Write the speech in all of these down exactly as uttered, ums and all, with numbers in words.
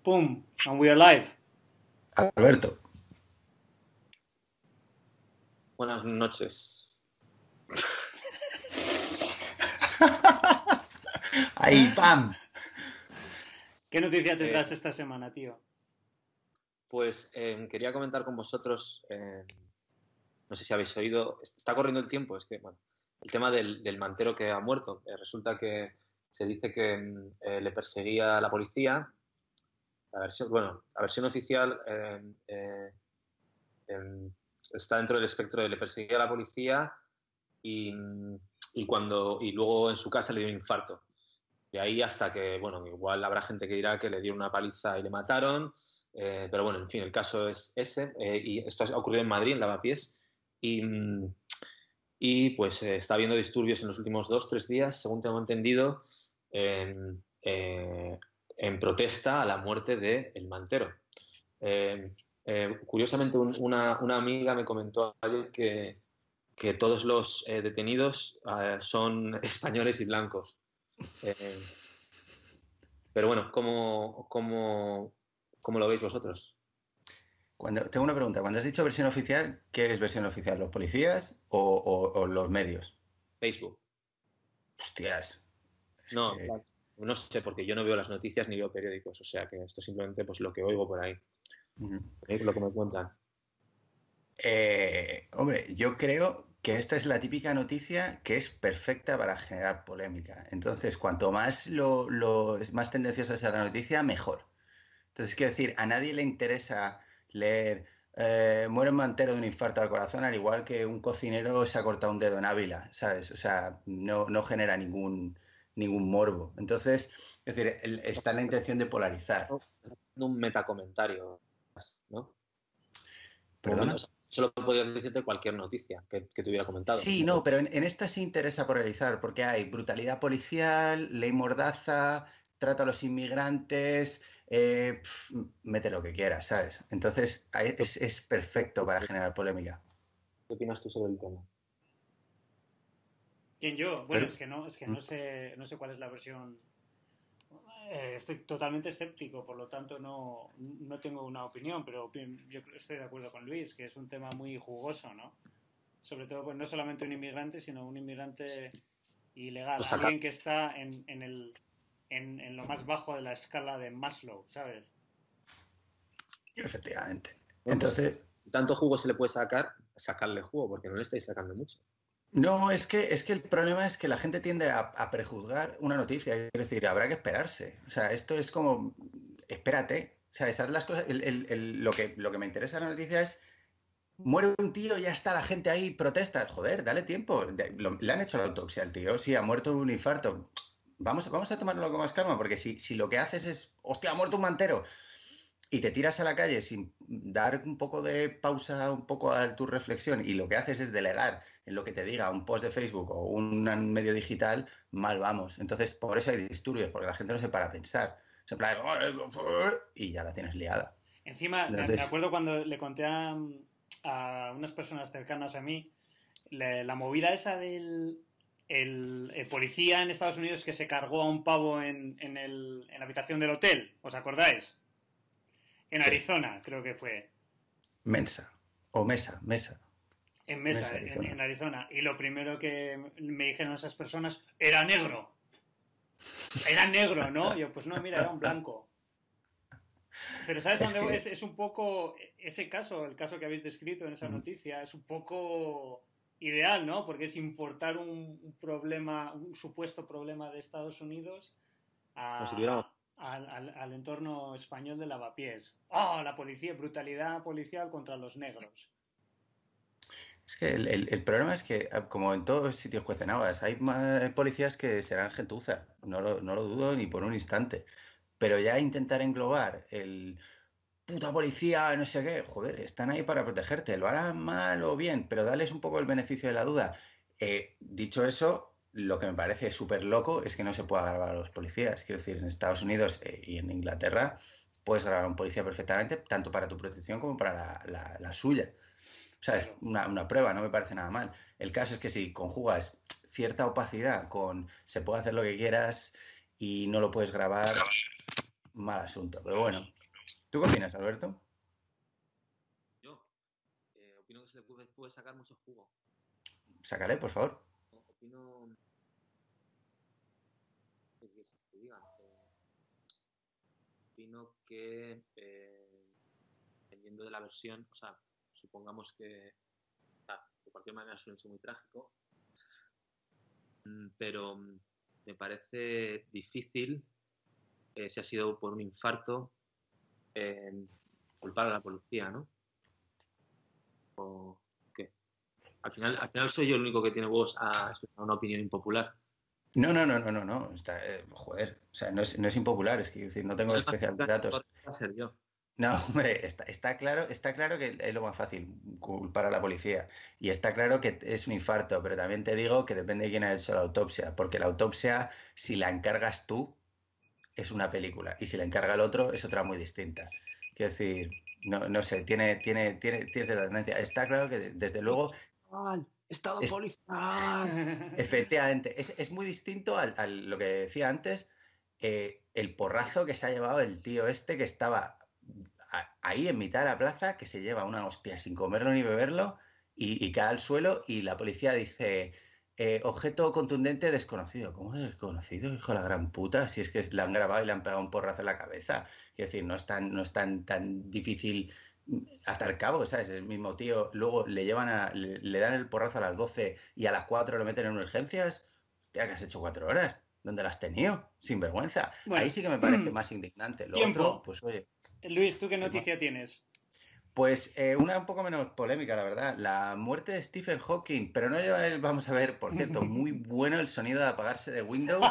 ¡Pum! And we are live. Alberto. Buenas noches. Ahí, ¡pam! ¿Qué noticia te Eh, traes esta semana, tío? Pues eh, quería comentar con vosotros, eh, no sé si habéis oído, está corriendo el tiempo, es que, bueno, el tema del, del mantero que ha muerto. Eh, resulta que se dice que eh, le perseguía a la policía. La versión, bueno, la versión oficial eh, eh, eh, está dentro del espectro de le perseguía a la policía y, y, cuando, y luego en su casa le dio un infarto. De ahí hasta que, bueno, igual habrá gente que dirá que le dieron una paliza y le mataron, eh, pero bueno, en fin, el caso es ese, eh, y esto ha ocurrido en Madrid, en Lavapiés, y, y pues eh, está habiendo disturbios en los últimos dos, tres días, según tengo entendido, en, eh, en protesta a la muerte de El Mantero. Eh, eh, curiosamente, un, una, una amiga me comentó ayer que, que todos los eh, detenidos eh, son españoles y blancos. Eh, pero bueno, ¿cómo, cómo, cómo lo veis vosotros? Cuando, tengo una pregunta. Cuando has dicho versión oficial, ¿qué es versión oficial? ¿Los policías o, o- o los medios? Facebook. Hostias. Es No, que... no sé, porque yo no veo las noticias ni veo periódicos, o sea que esto simplemente pues lo que oigo por ahí, Ujú. es lo que me cuentan. Eh, hombre, yo creo que esta es la típica noticia que es perfecta para generar polémica. Entonces, cuanto más lo, lo- es más tendenciosa sea la noticia, mejor. Entonces, quiero decir, a nadie le interesa leer eh, muere un mantero de un infarto al corazón, al igual que un cocinero se ha cortado un dedo en Ávila, ¿sabes? O sea, no, no genera ningún, ningún morbo. Entonces, es decir, el- está en la intención de polarizar. Un metacomentario, ¿no? Como men- o ¿Perdona? sea, solo podrías decirte cualquier noticia que, que te hubiera comentado. Sí, no, pero en, en esta sí interesa polarizar, porque hay brutalidad policial, ley mordaza, trato a los inmigrantes, eh, pf, mete lo que quieras, ¿sabes? Entonces, ahí es, es perfecto para generar polémica. ¿Qué opinas tú sobre el tema? ¿Quién yo? Bueno, Pero, es que no, es que no sé, no sé cuál es la versión. Eh, estoy totalmente escéptico, por lo tanto no, no tengo una opinión, pero yo estoy de acuerdo con Luis, que es un tema muy jugoso, ¿no? Sobre todo, pues no solamente un inmigrante, sino un inmigrante ilegal, Pues saca- alguien que está en, en el, en, en lo más bajo de la escala de Maslow, ¿sabes? efectivamente. Bueno, pues Entonces, tanto jugo se le puede sacar, sacarle jugo, porque no le estáis sacando mucho. no, es que, es que el problema es que la gente tiende a, a prejuzgar una noticia. Es decir, habrá que esperarse. O sea, esto es como, espérate. O sea, esas las cosas. El- el- el- lo que, lo que me interesa de la noticia es, muere un tío, ya está la gente ahí, protesta. Joder, dale tiempo. De- lo- le han hecho la autopsia al tío, sí, ha muerto de un infarto. Vamos, vamos a tomarlo con más calma, porque si, si lo que haces es, hostia, ha muerto un mantero, y te tiras a la calle sin dar un poco de pausa, un poco a tu reflexión, y lo que haces es delegar en lo que te diga un post de Facebook o un medio digital, mal vamos. Entonces, por eso hay disturbios, porque la gente no se para a pensar. Se plan, y ya la tienes liada. Encima, me, me Entonces, acuerdo cuando le conté a, a unas personas cercanas a mí la, la movida esa del el, el policía en Estados Unidos que se cargó a un pavo en, en, el, en la habitación del hotel, ¿os acordáis? En sí, Arizona, creo que fue. mensa. O mesa, mesa. En Mesa, Mesa, en, Arizona. en Arizona. Y lo primero que me dijeron esas personas era negro. Era negro, ¿no? Yo, pues no, mira, era un blanco. Pero ¿sabes Es dónde es? que, Es un poco ese caso, el caso que habéis descrito en esa noticia, es un poco ideal, ¿no? Porque es importar un, un problema, un supuesto problema de Estados Unidos Como si tuviéramos... a, a, al, al, al entorno español de Lavapiés. ¡Oh, la policía! Brutalidad policial contra los negros. es que el, el- el problema es que, como en todos sitios cuecen habas, hay más policías que serán gentuza. No lo, no lo dudo ni por un instante. Pero ya intentar englobar el puta policía, no sé qué, joder, están ahí para protegerte, lo harán mal o bien, pero dales un poco el beneficio de la duda. Eh, dicho eso, lo que me parece súper loco es que no se pueda grabar a los policías. Quiero decir, en Estados Unidos eh, y en Inglaterra puedes grabar a un policía perfectamente, tanto para tu protección como para la, la- la suya. O sea, es Claro. una, una prueba, no me parece nada mal. El caso es que si conjugas cierta opacidad con se puede hacer lo que quieras y no lo puedes grabar, mal asunto. Pero bueno, ¿tú qué opinas, Alberto? Yo eh, opino que se le puede, puede sacar mucho jugo. Sácale, por favor. Opino... ¿Qué quieres que te diga? Eh, opino que, eh, dependiendo de la versión, o sea, supongamos que, o sea, de cualquier manera es un hecho muy trágico, pero me parece difícil, eh, si ha sido por un infarto, eh, culpar a la policía, ¿no? ¿O qué? Al final, al final soy yo el único que tiene voz a expresar una opinión impopular. No, no, no, no, no, no. Está, eh, joder, o sea, no es, no es impopular, es que quiero decir, no tengo especiales datos. Va a ser yo. No, hombre, está, está claro, está claro que es lo más fácil culpar a la policía. Y está claro que es un infarto, pero también te digo que depende de quién ha hecho la autopsia, porque la autopsia, si la encargas tú, es una película, y si la encarga el otro, es otra muy distinta. Quiero decir, no, no sé, tiene, tiene, tiene, tiene cierta tendencia. Está claro que desde luego. Estado Es, policial. Efectivamente, es, es muy distinto a lo que decía antes, eh, el porrazo que se ha llevado el tío este que estaba a, ahí en mitad de la plaza, que se lleva una hostia sin comerlo ni beberlo y, y cae al suelo y la policía dice, eh, objeto contundente desconocido. ¿Cómo es desconocido, hijo de la gran puta? Si es que le han grabado y le han pegado un porrazo en la cabeza. Es decir, no es tan, no es tan, tan difícil atar cabos, ¿sabes? El mismo tío, luego le llevan a, le, le dan el porrazo a las doce y a las cuatro lo meten en urgencias. Hostia, que has hecho cuatro horas. ¿Dónde lo has tenido? Sin vergüenza. Bueno, ahí sí que me parece más indignante. Lo tiempo. otro, pues oye. Luis, ¿tú qué noticia tienes? Pues eh, una un poco menos polémica, la verdad. La muerte de Stephen Hawking, pero no lleva el, vamos a ver, por cierto, muy bueno el sonido de apagarse de Windows.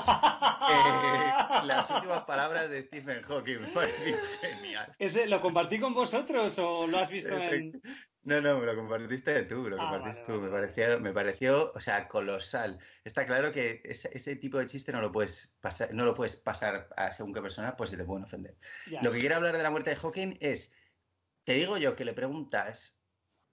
Eh, las últimas palabras de Stephen Hawking me pareció genial. ¿Ese, ¿Lo compartí con vosotros o lo has visto en...? No, no, me lo compartiste tú, me lo ah, compartiste vale, tú. vale, Me vale. pareció, me pareció, o sea, colosal. Está claro que ese, ese tipo de chiste no lo puedes pasar, no lo puedes pasar a según qué persona, pues se te pueden ofender. Ya. Lo que quiero hablar de la muerte de Hawking es, te digo yo que le preguntas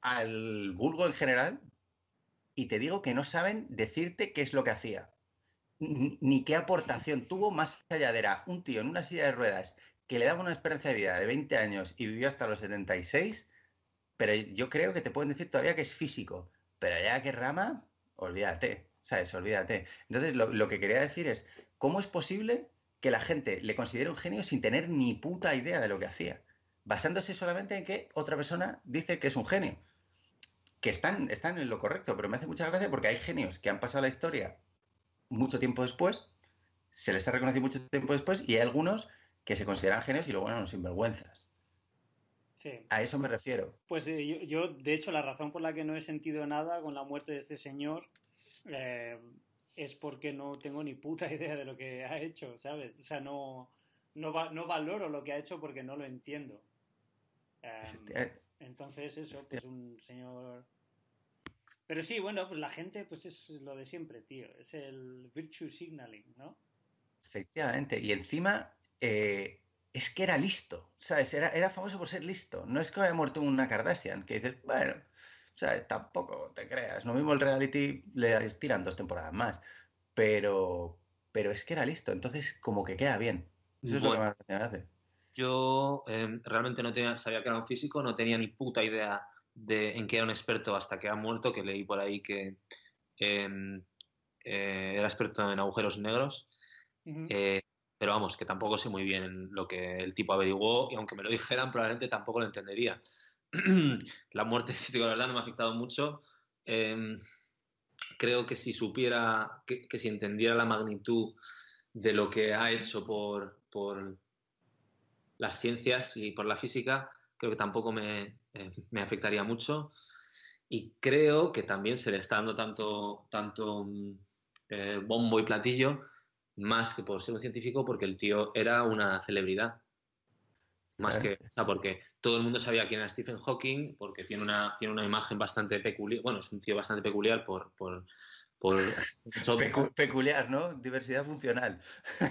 al vulgo en general y te digo que no saben decirte qué es lo que hacía, ni, ni qué aportación tuvo más allá de era un tío en una silla de ruedas que le daba una esperanza de vida de veinte años y vivió hasta los setenta y seis. Pero yo creo que te pueden decir todavía que es físico, pero ya que rama, olvídate, ¿sabes? Olvídate. Entonces, lo, lo que quería decir es, ¿cómo es posible que la gente le considere un genio sin tener ni puta idea de lo que hacía? Basándose solamente en que otra persona dice que es un genio. Que están, están en lo correcto, pero me hace mucha gracia porque hay genios que han pasado la historia mucho tiempo después, se les ha reconocido mucho tiempo después, y hay algunos que se consideran genios y luego eran unos sinvergüenzas. Sí. A eso me refiero. Pues eh, yo, yo, de hecho, la razón por la que no he sentido nada con la muerte de este señor eh, es porque no tengo ni puta idea de lo que ha hecho, ¿sabes? O sea, no, no, va, no valoro lo que ha hecho porque no lo entiendo. Eh, entonces, eso, pues un señor... Pero sí, bueno, pues la gente, pues es lo de siempre, tío. Es el virtue signaling, ¿no? Efectivamente. Y encima... Eh... es que era listo, ¿sabes? Era, era famoso por ser listo. No es que haya muerto una Kardashian, que dices, bueno, ¿sabes? Tampoco te creas. No mismo el reality le estiran dos temporadas más. Pero, pero es que era listo, entonces como que queda bien. Eso Bueno, es lo que más me hace. Yo eh, realmente no tenía, sabía que era un físico, no tenía ni puta idea de en qué era un experto hasta que ha muerto, que leí por ahí que eh, eh, era experto en agujeros negros. Uh-huh. Eh, pero vamos, que tampoco sé muy bien lo que el tipo averiguó y aunque me lo dijeran probablemente tampoco lo entendería. La muerte, si te digo la verdad, no me ha afectado mucho. Eh, creo que si supiera, que, que si entendiera la magnitud de lo que ha hecho por, por las ciencias y por la física, creo que tampoco me, eh, me afectaría mucho. Y creo que también se le está dando tanto, tanto eh, bombo y platillo más que por ser un científico, porque el tío era una celebridad. Más que, o sea, porque todo el mundo sabía quién era Stephen Hawking, porque tiene una, tiene una imagen bastante peculiar, bueno, es un tío bastante peculiar por... por, por... Pecu peculiar, ¿no? Diversidad funcional.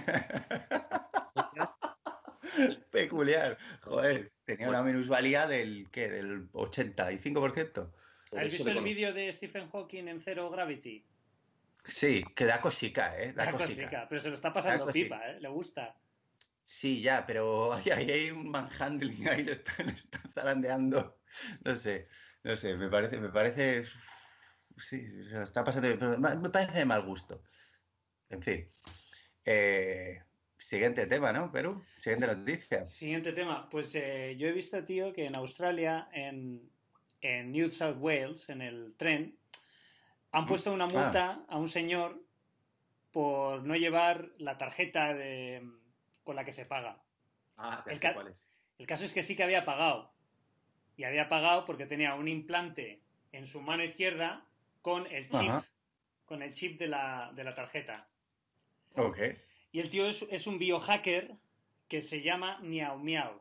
Peculiar. Joder, tenía una minusvalía del, ¿qué? Del ochenta y cinco por ciento. ¿Has visto el vídeo de Stephen Hawking en Zero Gravity? Sí, que da cosica, ¿eh? Da, da cosica. cosica. Pero se lo está pasando pipa, ¿eh? Le gusta. Sí, ya, pero ahí ahí hay un manhandling, ahí lo está, lo está zarandeando. No sé, no sé, me parece, me parece, sí, o sea, está pasando, pero me me parece de mal gusto. En fin, eh, siguiente tema, ¿no? Perú, siguiente noticia. Siguiente tema. Pues eh, yo he visto, tío, que en Australia, en, en New South Wales, en el tren, han Ujú. puesto una Ah, multa a un señor por no llevar la tarjeta de, con la que se paga. Ah, ya El, sé ca- cuál es. el caso es que sí que había pagado. Y había pagado porque tenía un implante en su mano izquierda con el chip, ajá, con el chip de la, de la tarjeta. ok. Y el tío es, es un biohacker que se llama Miau Miau.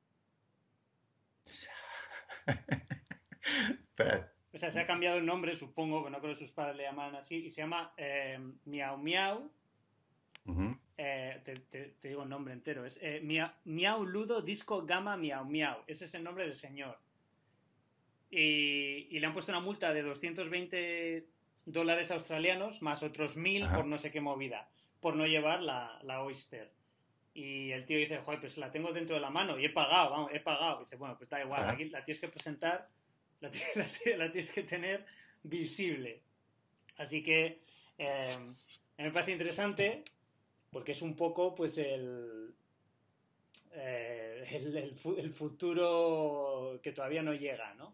Espera, O sea, se ha cambiado el nombre, supongo, que no creo que sus padres le llamaran así, y se llama eh, Miau Miau. ujú, Eh, te, te, te, digo el nombre entero. Es eh, Miau, Miau Ludo Disco Gamma Miau Miau. Ese es el nombre del señor. Y, y le han puesto una multa de doscientos veinte dólares australianos más otros mil por ajá, no sé qué movida, por no llevar la, la Oyster. Y el tío dice, joder, pues la tengo dentro de la mano y he pagado, vamos, he pagado. Y dice, bueno, pues da igual, ajá. aquí la tienes que presentar, la, la, la tienes que tener visible. Así que eh, me parece interesante porque es un poco, pues, el, eh, el, el, el futuro que todavía no llega, ¿no?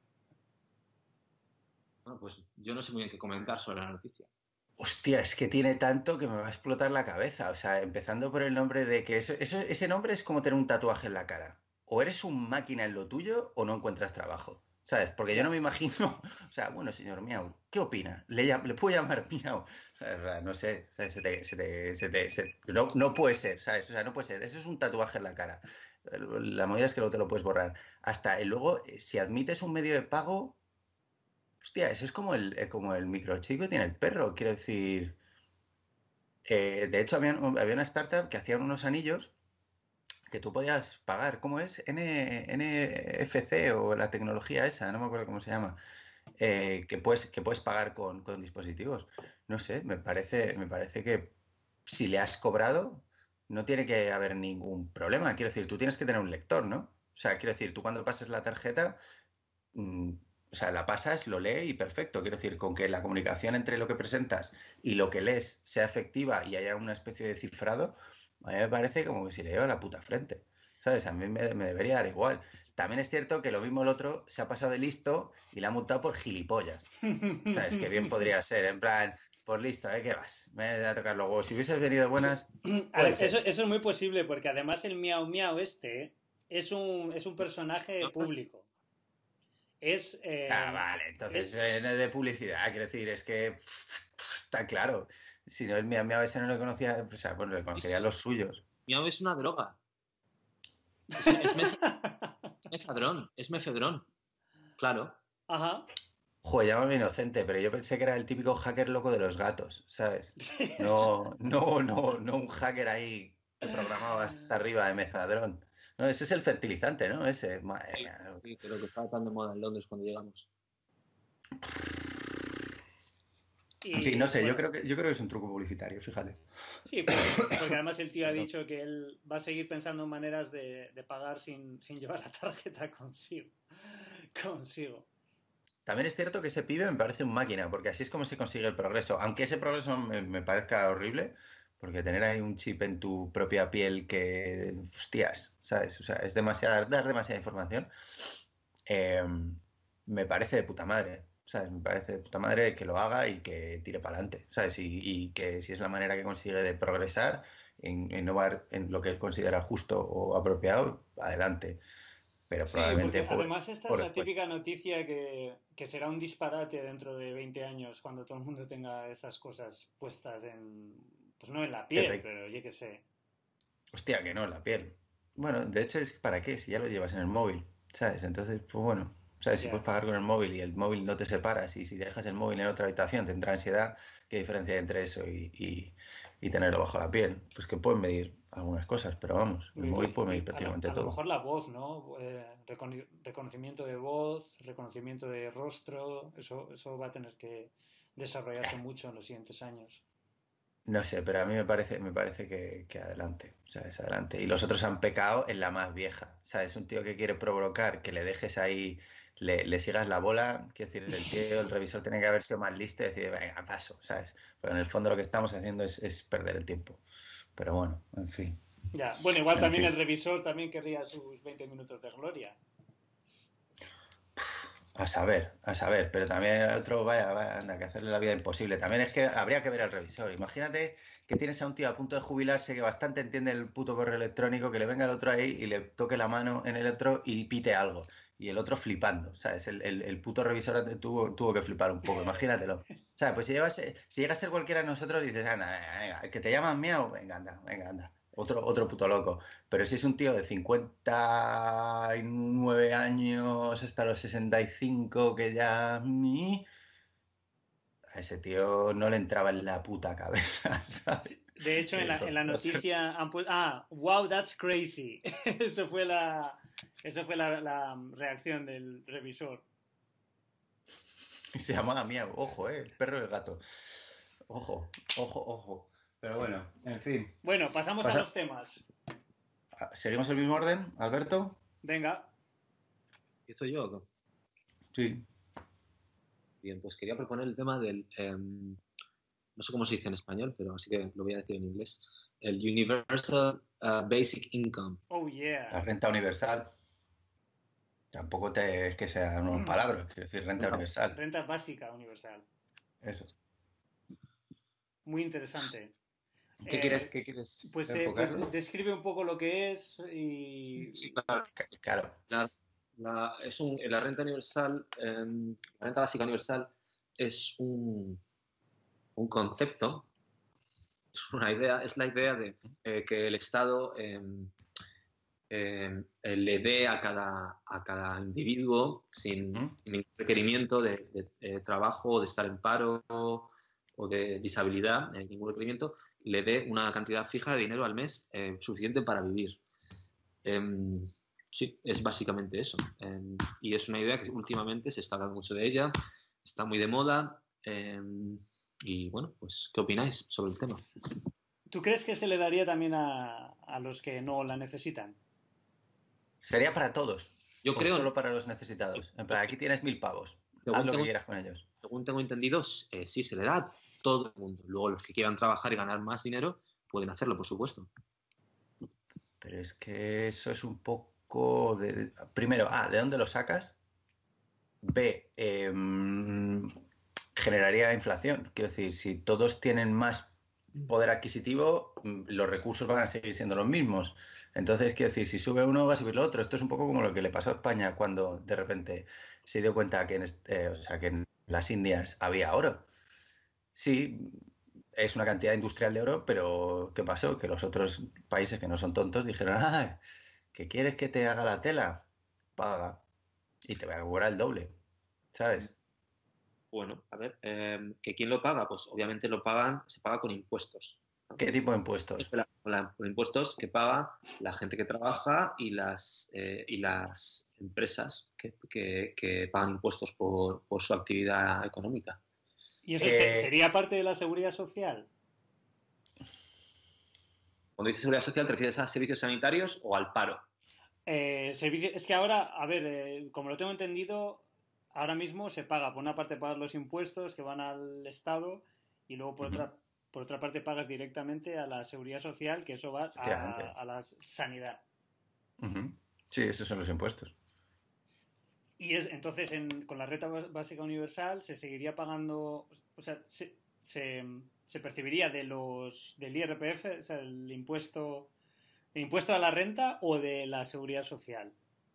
Bueno, pues yo no sé muy bien qué comentar sobre la noticia. Hostia, es que tiene tanto que me va a explotar la cabeza. O sea, empezando por el nombre de que eso, eso, ese nombre es como tener un tatuaje en la cara. O eres un máquina en lo tuyo o no encuentras trabajo. ¿Sabes? Porque yo no Ya. me imagino. O sea, bueno, señor Miau, ¿qué opina? ¿Le, llam- le puedo llamar Miau? ¿Sabes? O sea, no sé. ¿Sabes? Se te- se te- se te- se- no, no puede ser, ¿sabes? O sea, no puede ser. Eso es un tatuaje en la cara. La movida es que luego te lo puedes borrar. Hasta y luego, eh, si admites un medio de pago. Hostia, eso es como el, eh, como el microchip que tiene el perro. Quiero decir. Eh, de hecho, había, había una startup que hacían unos anillos que tú podías pagar. ¿Cómo es? N, NFC o la tecnología esa, no me acuerdo cómo se llama. Eh, que puedes, que puedes pagar con, con dispositivos. No sé, me parece, me parece que si le has cobrado, no tiene que haber ningún problema. Quiero decir, tú tienes que tener un lector, ¿no? O sea, quiero decir, tú cuando pases la tarjeta, mm, o sea, la pasas, lo lee y perfecto. Quiero decir, con que la comunicación entre lo que presentas y lo que lees sea efectiva y haya una especie de cifrado, a mí me parece como que si le lleva la puta frente. ¿Sabes? A mí me, me debería dar igual. También es cierto que lo mismo el otro se ha pasado de listo y le ha multado por gilipollas. ¿Sabes? Que bien podría ser, en plan, por listo, ¿eh? ¿Qué vas? Me voy a tocar los huevos. Si hubieses venido de buenas, puede Eso, ser. eso es muy posible porque además el Miau Miau este es un, es un personaje público. Es, Ah, eh, vale, entonces es eh, no es de publicidad, quiero decir, es que pff, está claro. Si no, el Miau Miau ese no lo conocía, o sea, bueno, le conocería Es, los suyos. Miau es una droga. Es, es mef- mefadrón. Es mefedrón. Claro. Ajá. Joder, llámame inocente, pero yo pensé que era el típico hacker loco de los gatos, ¿sabes? No, no, no, no un hacker ahí que programaba hasta arriba de mezadrón. No, ese es el fertilizante, ¿no? Ese, madre Sí, mía. sí, creo que estaba tan de moda en Londres cuando llegamos. En fin, no Y sé, yo bueno, creo que, yo creo que es un truco publicitario, fíjate. sí, puede ser, porque además el tío ha Perdón. dicho que él va a seguir pensando en maneras de, de pagar sin, sin llevar la tarjeta consigo. Consigo. También es cierto que ese pibe me parece un máquina, porque así es como se consigue el progreso. Aunque ese progreso me, me parezca horrible, porque tener ahí un chip en tu propia piel que, hostias, ¿sabes? O sea, es demasiada, dar demasiada información. eh, Me parece de puta madre, ¿sabes? Me parece de puta madre que lo haga y que tire para adelante, ¿sabes? Y, y que si es la manera que consigue de progresar, en, innovar en lo que él considera justo o apropiado, adelante. Pero Sí, probablemente porque por, además esta es por la después. típica noticia que, que será un disparate dentro de veinte años cuando todo el mundo tenga esas cosas puestas en, pues no en la piel, pero yo qué sé. Hostia, que no, la piel. Bueno, de hecho es que ¿para qué? Si ya lo llevas en el móvil, ¿sabes? Entonces, pues bueno, ¿sabes? Si puedes Ya. pagar con el móvil y el móvil no te separas y si dejas el móvil en otra habitación te entra ansiedad, ¿qué diferencia hay entre eso y, y- y tenerlo bajo la piel? Pues que pueden medir algunas cosas, pero vamos, el móvil puede medir A, la- prácticamente a lo todo. mejor la voz, ¿no? Eh, recono- reconocimiento de voz, reconocimiento de rostro, eso, eso va a tener que desarrollarse mucho en los siguientes años. No sé, pero a mí me parece, me parece que, que adelante, ¿sabes? Adelante. Y los otros han pecado en la más vieja, ¿sabes? Un tío que quiere provocar, que le dejes ahí, le, le sigas la bola, quiero decir, el tío, el revisor tiene que haber sido más listo y decir, venga, paso, ¿sabes? Pero en el fondo lo que estamos haciendo es, es perder el tiempo. Pero bueno, en fin. Ya, bueno, igual En también fin. el revisor también querría sus veinte minutos de gloria. A saber, a saber, pero también el otro, vaya, vaya, anda, que hacerle la vida imposible. También es que habría que ver al revisor. Imagínate que tienes a un tío a punto de jubilarse que bastante entiende el puto correo electrónico, que le venga el otro ahí y le toque la mano en el otro y pite algo. Y el otro flipando, ¿sabes? El, el, el puto revisor tuvo, tuvo que flipar un poco, imagínatelo. O sea, pues si, llevas, si llega a ser cualquiera de nosotros, dices, anda, venga, venga, que te llaman miau, venga, anda, venga, anda. Otro, otro puto loco. Pero si es un tío de cincuenta y nueve años hasta los sesenta y cinco que ya... ni- A ese tío no le entraba en la puta cabeza, ¿sabes? De hecho, en la, en la noticia han puesto... Ah, wow, that's crazy. Eso fue la, eso fue la, la reacción del revisor. Y se llamaba Miau. Ojo, eh, el perro y el gato. Ojo, ojo, ojo. Pero bueno, en fin. Bueno, pasamos Pasa... a los temas. ¿Seguimos el mismo orden, Alberto? Venga. ¿Empiezo yo o no? Sí. Bien, pues quería proponer el tema del... Eh, no sé cómo se dice en español, pero así que lo voy a decir en inglés. El Universal uh, Basic Income. Oh, yeah. La renta universal. Tampoco te, es que sean unas palabras, quiero decir renta No. universal. Renta básica universal. Eso. Muy interesante. ¿Qué eh, quieres, qué quieres pues, eh, pues describe un poco lo que es y... Sí, claro. Claro. La, la, es un, la renta universal, eh, la renta básica universal es un, un concepto, es una idea, es la idea de eh, que el Estado eh, eh, le dé a cada, a cada individuo sin ¿Mm? ningún requerimiento de, de, de trabajo o de estar en paro o de disabilidad, eh, ningún requerimiento, le dé una cantidad fija de dinero al mes eh, suficiente para vivir. Eh, sí, es básicamente eso. Eh, y es una idea que últimamente se está hablando mucho de ella, está muy de moda. Eh, y bueno, pues, ¿qué opináis sobre el tema? ¿Tú crees que se le daría también a, a los que no la necesitan? Sería para todos. Yo o creo. Solo para los necesitados. En plan, aquí tienes mil pavos. Haz lo que quieras con ellos. Según tengo entendido, eh, sí se le da a todo el mundo. Luego, los que quieran trabajar y ganar más dinero pueden hacerlo, por supuesto. Pero es que eso es un poco de... Primero, A, ¿de dónde lo sacas? B, eh, generaría inflación. Quiero decir, si todos tienen más poder adquisitivo, los recursos van a seguir siendo los mismos. Entonces, quiero decir, si sube uno, va a subir lo otro. Esto es un poco como lo que le pasó a España cuando de repente se dio cuenta que en, este, eh, o sea, que en las Indias había oro. Sí, es una cantidad industrial de oro, pero ¿qué pasó? Que los otros países que no son tontos dijeron, ah, ¿que quieres que te haga la tela? Paga. Y te va a cobrar el doble, ¿sabes? Bueno, a ver, eh, ¿que quién lo paga? Pues obviamente lo pagan, se paga con impuestos, ¿no? ¿Qué tipo de impuestos? Con, la, con, la, con impuestos que paga la gente que trabaja y las, eh, y las empresas que, que, que pagan impuestos por, por su actividad económica. ¿Y eso eh, sería parte de la seguridad social? Cuando dices seguridad social, ¿te refieres a servicios sanitarios o al paro? Eh, servicio, es que ahora, a ver, eh, como lo tengo entendido, ahora mismo se paga, por una parte pagas los impuestos que van al Estado y luego por, uh-huh. otra, por otra parte pagas directamente a la seguridad social, que eso va a, a la sanidad. Uh-huh. Sí, esos son los impuestos. Y es entonces en, con la renta básica universal se seguiría pagando, o sea, se, se, se percibiría de los del I R P F, o sea, el impuesto, el impuesto a la renta o de la seguridad social.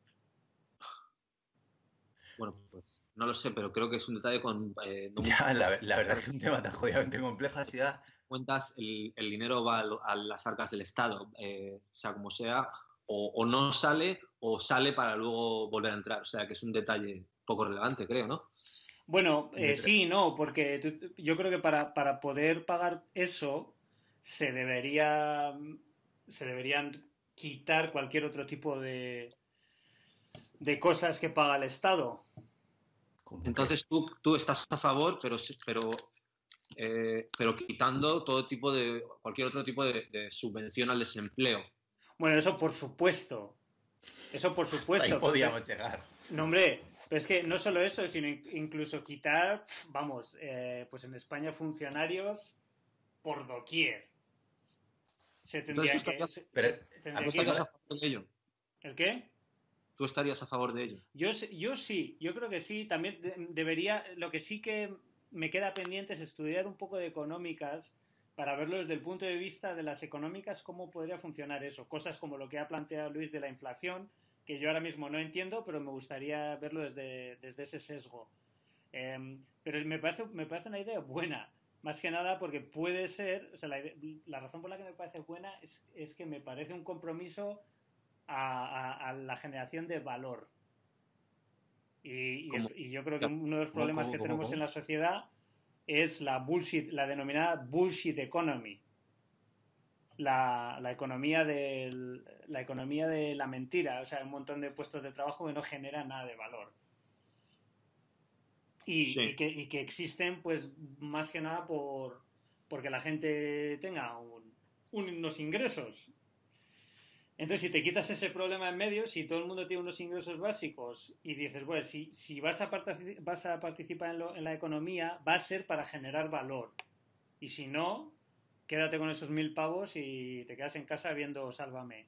Bueno, pues no lo sé, pero creo que es un detalle con... Eh, no ya, la, la verdad es que es un tema tan jodidamente complejo. Así da... Cuentas, el, el dinero va a, a las arcas del Estado, eh, sea como sea, o, o no sale o sale para luego volver a entrar. O sea, que es un detalle poco relevante, creo, ¿no? Bueno, eh, sí, no, porque tú, yo creo que para, para poder pagar eso se debería se deberían quitar cualquier otro tipo de de cosas que paga el Estado. Entonces tú, tú estás a favor, pero, pero eh, pero quitando todo tipo de, cualquier otro tipo de, de subvención al desempleo. Bueno, eso por supuesto. Eso por supuesto. Ahí podíamos porque, llegar. No, hombre, pero es que no solo eso, sino incluso quitar, vamos, eh, pues en España funcionarios por doquier. Se tendría Entonces, ¿tú que... estarías, se- Pero, se- ¿tú tendría que- estarías a favor de ello? ¿El qué? ¿Tú estarías a favor de ello? Yo, sé- yo sí, yo creo que sí. También de- debería, lo que sí que me queda pendiente es estudiar un poco de económicas para verlo desde el punto de vista de las económicas, cómo podría funcionar eso. Cosas como lo que ha planteado Luis de la inflación, que yo ahora mismo no entiendo, pero me gustaría verlo desde, desde ese sesgo. Eh, pero me parece, me parece una idea buena, más que nada porque puede ser, o sea, la, la razón por la que me parece buena es, es que me parece un compromiso a, a, a la generación de valor. Y, y, el, y yo creo que uno de los problemas ¿Cómo, cómo, que tenemos cómo? en la sociedad es la bullshit, la denominada bullshit economy. La, la economía del, la economía de la mentira, o sea, un montón de puestos de trabajo que no generan nada de valor. Y, Sí. y, que, y que existen, pues, más que nada por porque la gente tenga un, unos ingresos. Entonces, si te quitas ese problema en medio, si todo el mundo tiene unos ingresos básicos y dices, bueno, si, si vas, a particip vas a participar en, lo, en la economía, va a ser para generar valor. Y si no, quédate con esos mil pavos y te quedas en casa viendo Sálvame.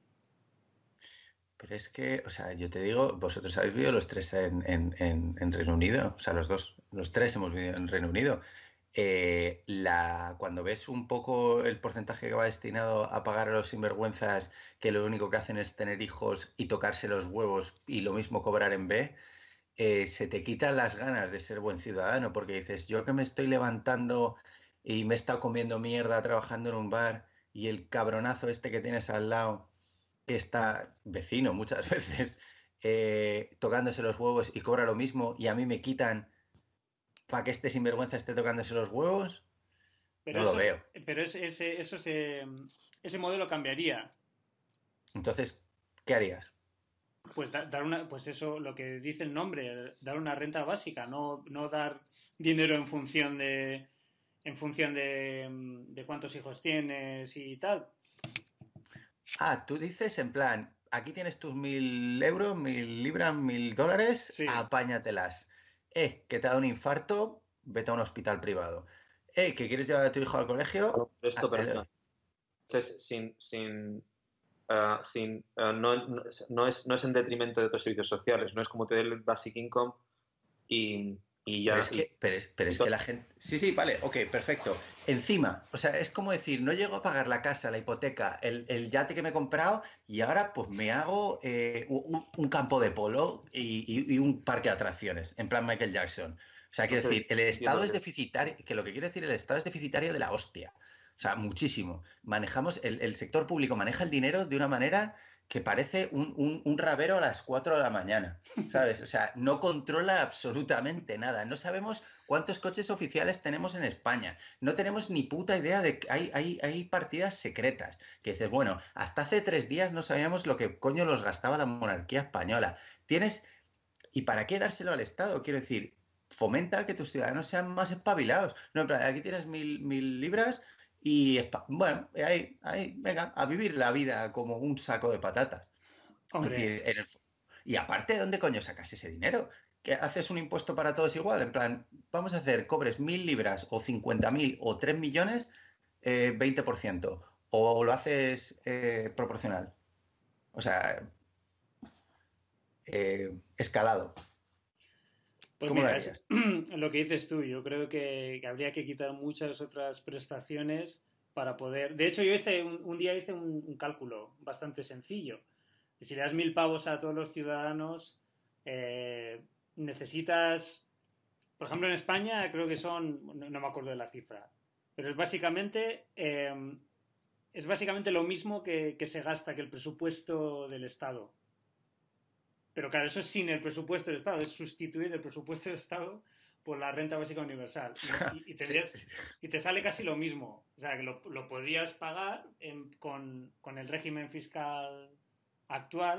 Pero es que, o sea, yo te digo, vosotros habéis vivido los tres en, en, en, en Reino Unido, o sea, los dos, los tres hemos vivido en Reino Unido. Eh, la, cuando ves un poco el porcentaje que va destinado a pagar a los sinvergüenzas que lo único que hacen es tener hijos y tocarse los huevos y lo mismo cobrar en B, eh, se te quitan las ganas de ser buen ciudadano porque dices, yo que me estoy levantando y me he estado comiendo mierda trabajando en un bar y el cabronazo este que tienes al lado que está vecino muchas veces eh, tocándose los huevos y cobra lo mismo y a mí me quitan para que este sinvergüenza esté tocándose los huevos, Pero no eso, lo veo. pero ese, ese, eso se, ese modelo cambiaría. Entonces, ¿qué harías? Pues da, dar una, pues eso, lo que dice el nombre, dar una renta básica, no, no dar dinero en función de en función de, de cuántos hijos tienes y tal. Ah, tú dices en plan, aquí tienes tus mil euros, mil libras, mil dólares, Sí. apáñatelas. Eh, que te da un infarto, vete a un hospital privado. Eh, que quieres llevar a tu hijo al colegio. Esto, Ah, perdona. eh, Entonces, sin, sin, uh, sin, uh, no, no, no, es, no es en detrimento de otros servicios sociales, no es como te dé el basic income y, y ya. Pero es y- que, pero es, pero es que la gente. Sí, sí, vale, ok, perfecto. Encima, o sea, es como decir, no llego a pagar la casa, la hipoteca, el, el yate que me he comprado y ahora pues me hago eh, un, un campo de polo y, y- y un parque de atracciones, en plan Michael Jackson. O sea, quiero Entonces, decir, el Estado entiendo es que- deficitario, que lo que quiero decir, el Estado es deficitario de la hostia. O sea, muchísimo. Manejamos, el, el sector público maneja el dinero de una manera que parece un, un, un rabero a las cuatro de la mañana, ¿sabes? O sea, no controla absolutamente nada. No sabemos cuántos coches oficiales tenemos en España. No tenemos ni puta idea de que hay, hay, hay partidas secretas. Que dices, bueno, hasta hace tres días no sabíamos lo que coño los gastaba la monarquía española. Tienes... ¿Y para qué dárselo al Estado? Quiero decir, fomenta que tus ciudadanos sean más espabilados. No, en plan, aquí tienes mil, mil libras y, bueno, ahí, ahí, venga, a vivir la vida como un saco de patatas. Hombre, Decir, en el... Y aparte, ¿de dónde coño sacas ese dinero? ¿Que haces un impuesto para todos igual? En plan, vamos a hacer, cobres mil libras o cincuenta mil o tres millones, eh, veinte por ciento. O lo haces eh, proporcional. O sea, eh, escalado. pues ¿Cómo lo mira, harías? es lo que dices tú. Yo creo que, que habría que quitar muchas otras prestaciones para poder. De hecho, yo hice un, un día hice un, un cálculo bastante sencillo. Si le das mil pavos a todos los ciudadanos, eh, necesitas, por ejemplo, en España creo que son, no, no me acuerdo de la cifra, pero es básicamente eh, es básicamente lo mismo que, que se gasta que el presupuesto del Estado. Pero claro, eso es sin el presupuesto del Estado, es sustituir el presupuesto del Estado por la renta básica universal. Y, y, y, tendrías, Sí. y te sale casi lo mismo. O sea, que lo, lo podrías pagar en, con, con el régimen fiscal actual,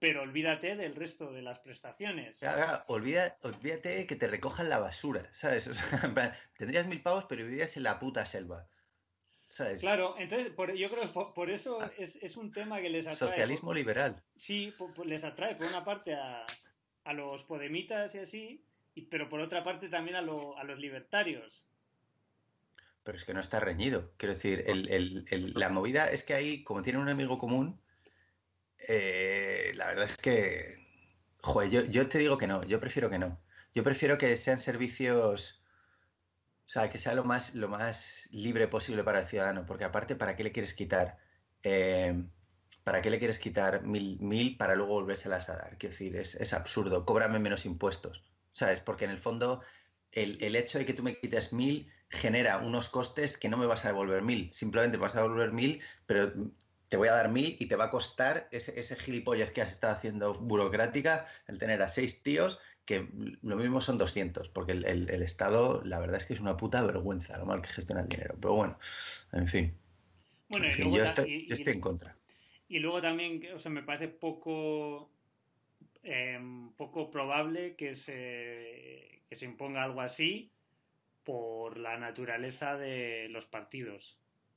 pero olvídate del resto de las prestaciones. Claro, claro, olvida, olvídate que te recojan la basura, ¿sabes? O sea, en plan, tendrías mil pavos, pero vivirías en la puta selva, ¿sabes? Claro, entonces por, yo creo que por, por eso es, es un tema que les atrae. Socialismo por, liberal. Sí, por, por, les atrae por una parte a, a los podemitas y así, y, pero por otra parte también a, lo, a los libertarios. Pero es que no está reñido. Quiero decir, el, el, el, la movida es que ahí, como tienen un enemigo común, eh, la verdad es que, joder, yo, yo te digo que no, yo prefiero que no. Yo prefiero que sean servicios, o sea, que sea lo más, lo más libre posible para el ciudadano, porque aparte, ¿para qué le quieres quitar? Eh, ¿Para qué le quieres quitar mil, mil para luego volvérselas a dar? Quiero decir, es, es absurdo, cóbrame menos impuestos, ¿sabes? Porque en el fondo, el, el hecho de que tú me quites mil genera unos costes que no me vas a devolver mil, simplemente me vas a devolver mil, pero te voy a dar mil y te va a costar ese, ese gilipollas que has estado haciendo burocrática, el tener a seis tíos, que lo mismo son doscientos, porque el, el, el Estado, la verdad es que es una puta vergüenza lo mal que gestiona el dinero. Pero bueno, en fin. Bueno, en y fin luego yo, ta- estoy, y- yo estoy en contra. Y luego también, o sea, me parece poco, eh, poco probable que se, que se imponga algo así por la naturaleza de los partidos.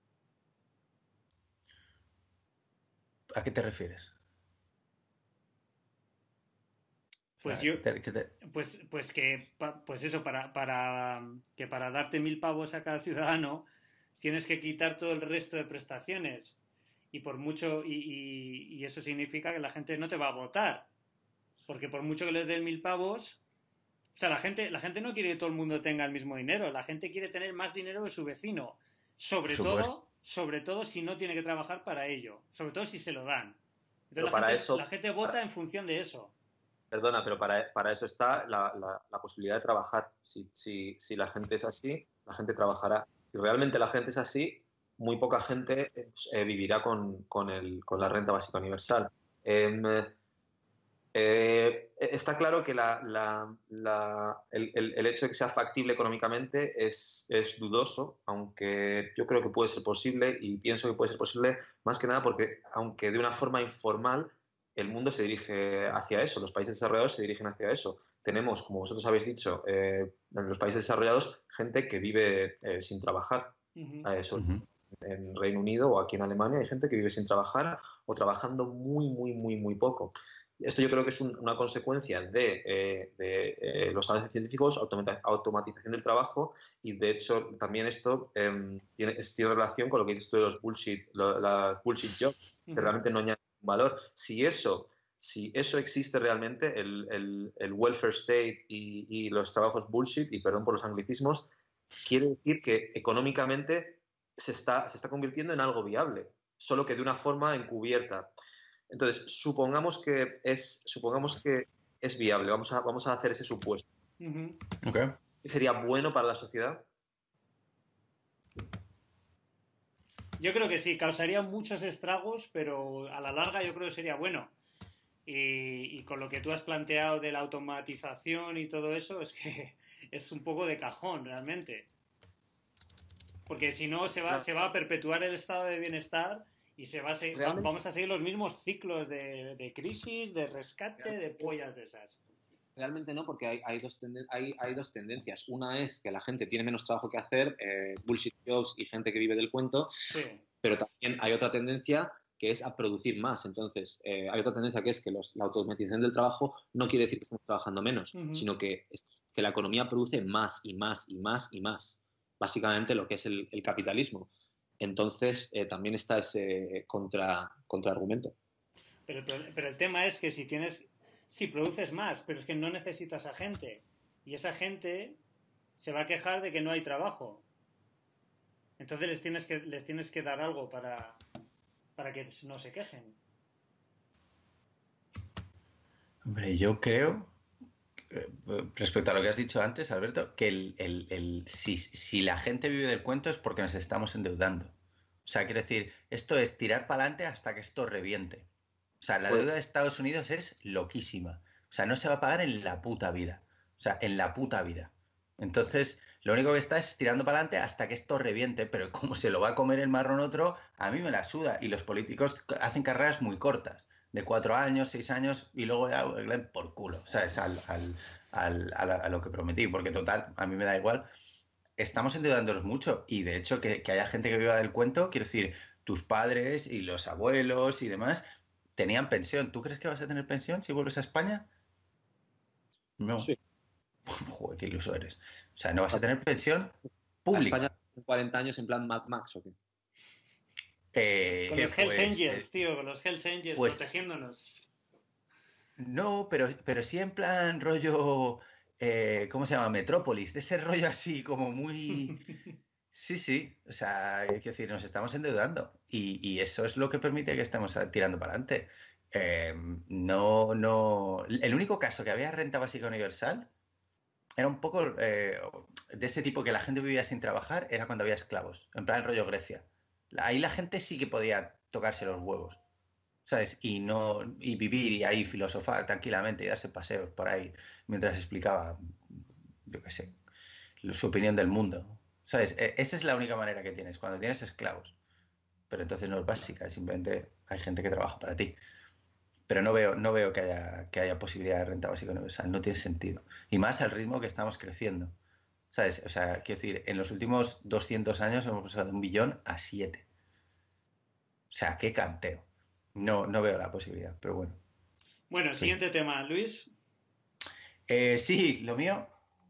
¿A qué te refieres? Pues O sea, yo, te- que te- pues, pues que, pa- pues eso, para, para, que para darte mil pavos a cada ciudadano tienes que quitar todo el resto de prestaciones. Y por mucho, y, y- y eso significa que la gente no te va a votar. Porque por mucho que les den mil pavos, o sea, la gente, la gente no quiere que todo el mundo tenga el mismo dinero, la gente quiere tener más dinero que su vecino. Sobre Por supuesto. todo, sobre todo si no tiene que trabajar para ello. Sobre todo si se lo dan. Pero Entonces la para gente, eso, la gente vota para- en función de eso. Perdona, pero para, para eso está la, la- la posibilidad de trabajar. Si, si- si la gente es así, la gente trabajará. Si realmente la gente es así, muy poca gente eh, vivirá con, con el- con la renta básica universal. Em, eh, está claro que la- la- la- el, el- el hecho de que sea factible económicamente es, es dudoso, aunque yo creo que puede ser posible y pienso que puede ser posible más que nada porque, aunque de una forma informal, el mundo se dirige hacia eso, los países desarrollados se dirigen hacia eso. Tenemos, como vosotros habéis dicho, eh, en los países desarrollados gente que vive eh, sin trabajar. Ujú. Eh, sobre Ujú. en Reino Unido o aquí en Alemania hay gente que vive sin trabajar o trabajando muy, muy, muy, muy poco. Esto yo creo que es un- una consecuencia de, eh, de, eh, los avances científicos, automata- automatización del trabajo y de hecho también esto eh, tiene, es- tiene relación con lo que dices tú de los bullshit, lo- la bullshit jobs, que Ujú. realmente no añaden valor. Si eso, si eso existe realmente, el, el- el welfare state y, y los trabajos bullshit, y perdón por los anglicismos, quiere decir que económicamente se está, se está convirtiendo en algo viable, solo que de una forma encubierta. Entonces, supongamos que es, supongamos que es viable, vamos a, vamos a hacer ese supuesto. Ujú. Ok. ¿Qué sería bueno para la sociedad? Yo creo que sí, causaría muchos estragos, pero a la larga yo creo que sería bueno. Y, y con lo que tú has planteado de la automatización y todo eso, es que es un poco de cajón realmente. Porque si no, se va, No. se va a perpetuar el estado de bienestar y se va a seguir, Realmente- vamos a seguir los mismos ciclos de, de crisis, de rescate, de pollas de esas. Realmente no, porque hay, hay, dos tenden- hay, hay dos tendencias. Una es que la gente tiene menos trabajo que hacer, eh, bullshit jobs y gente que vive del cuento, Sí. pero también hay otra tendencia que es a producir más. Entonces, eh, hay otra tendencia que es que los- la automatización del trabajo no quiere decir que estemos trabajando menos, Ujú. sino que, es- que la economía produce más y más y más y más. Básicamente lo que es el, el capitalismo. Entonces, eh, también está ese contra, contraargumento. Pero, el pro- pero el tema es que si tienes, si produces más, pero es que no necesitas a gente. Y esa gente se va a quejar de que no hay trabajo. Entonces les tienes que, les tienes que dar algo para, para que no se quejen. Hombre, yo creo, eh, respecto a lo que has dicho antes, Alberto, que el, el- el- si, si la gente vive del cuento es porque nos estamos endeudando. O sea, quiero decir, esto es tirar para adelante hasta que esto reviente. O sea, la Pues- deuda de Estados Unidos es loquísima. O sea, no se va a pagar en la puta vida. O sea, en la puta vida. Entonces, lo único que está es tirando para adelante hasta que esto reviente, pero como se lo va a comer el marrón otro, a mí me la suda. Y los políticos hacen carreras muy cortas. de cuatro años, seis años, y luego ya por culo, ¿sabes? Al, al, al, a, la, a lo que prometí, porque total, a mí me da igual. Estamos endeudándonos mucho, y de hecho que, que haya gente que viva del cuento, quiero decir, tus padres y los abuelos y demás tenían pensión. ¿Tú crees que vas a tener pensión si vuelves a España? No. Sí. Joder, qué iluso eres. O sea, no vas a tener pensión ¿A pública. España cuarenta años en plan Mad Max o qué? Eh, Con los eh, Hells pues, Angels, eh, tío, con los Hells Angels pues protegiéndonos. no, pero, pero sí en plan rollo, eh, ¿cómo se llama? Metrópolis, de ese rollo así como muy... Sí, sí, o sea, es decir, nos estamos endeudando y, y eso es lo que permite que estemos a- tirando para adelante. Eh, no, no... El único caso que había renta básica universal era un poco eh, de ese tipo que la gente vivía sin trabajar, era cuando había esclavos, en plan rollo Grecia. Ahí la gente sí que podía tocarse los huevos, ¿sabes? Y no, y vivir y ahí filosofar tranquilamente y darse paseos por ahí mientras explicaba, yo qué sé, su opinión del mundo. ¿Sabes? E- Esa es la única manera que tienes, cuando tienes esclavos. Pero entonces no es básica, simplemente hay gente que trabaja para ti. Pero no veo, no veo que haya, que haya posibilidad de renta básica universal, no tiene sentido. Y más al ritmo que estamos creciendo. ¿Sabes? O sea, quiero decir, en los últimos doscientos años hemos pasado de un billón a siete. O sea, qué canteo. No, no veo la posibilidad, pero bueno. Bueno, En fin. siguiente tema, Luis. Eh, sí, lo mío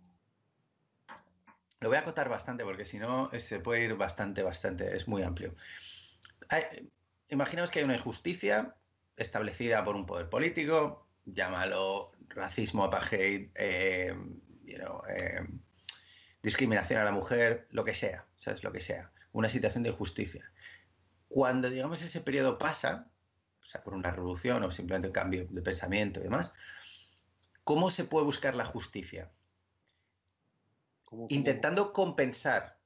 lo voy a acotar bastante porque si no eh, se puede ir bastante, bastante, es muy amplio. Hay- imaginaos que hay una injusticia establecida por un poder político, llámalo racismo, apartheid, eh, you know, eh, discriminación a la mujer, lo que sea, ¿sabes? Lo que sea. Una situación de injusticia. Cuando, digamos, ese periodo pasa, o sea, por una revolución o simplemente un cambio de pensamiento y demás, ¿cómo se puede buscar la justicia? ¿Cómo, cómo, cómo? Intentando compensar,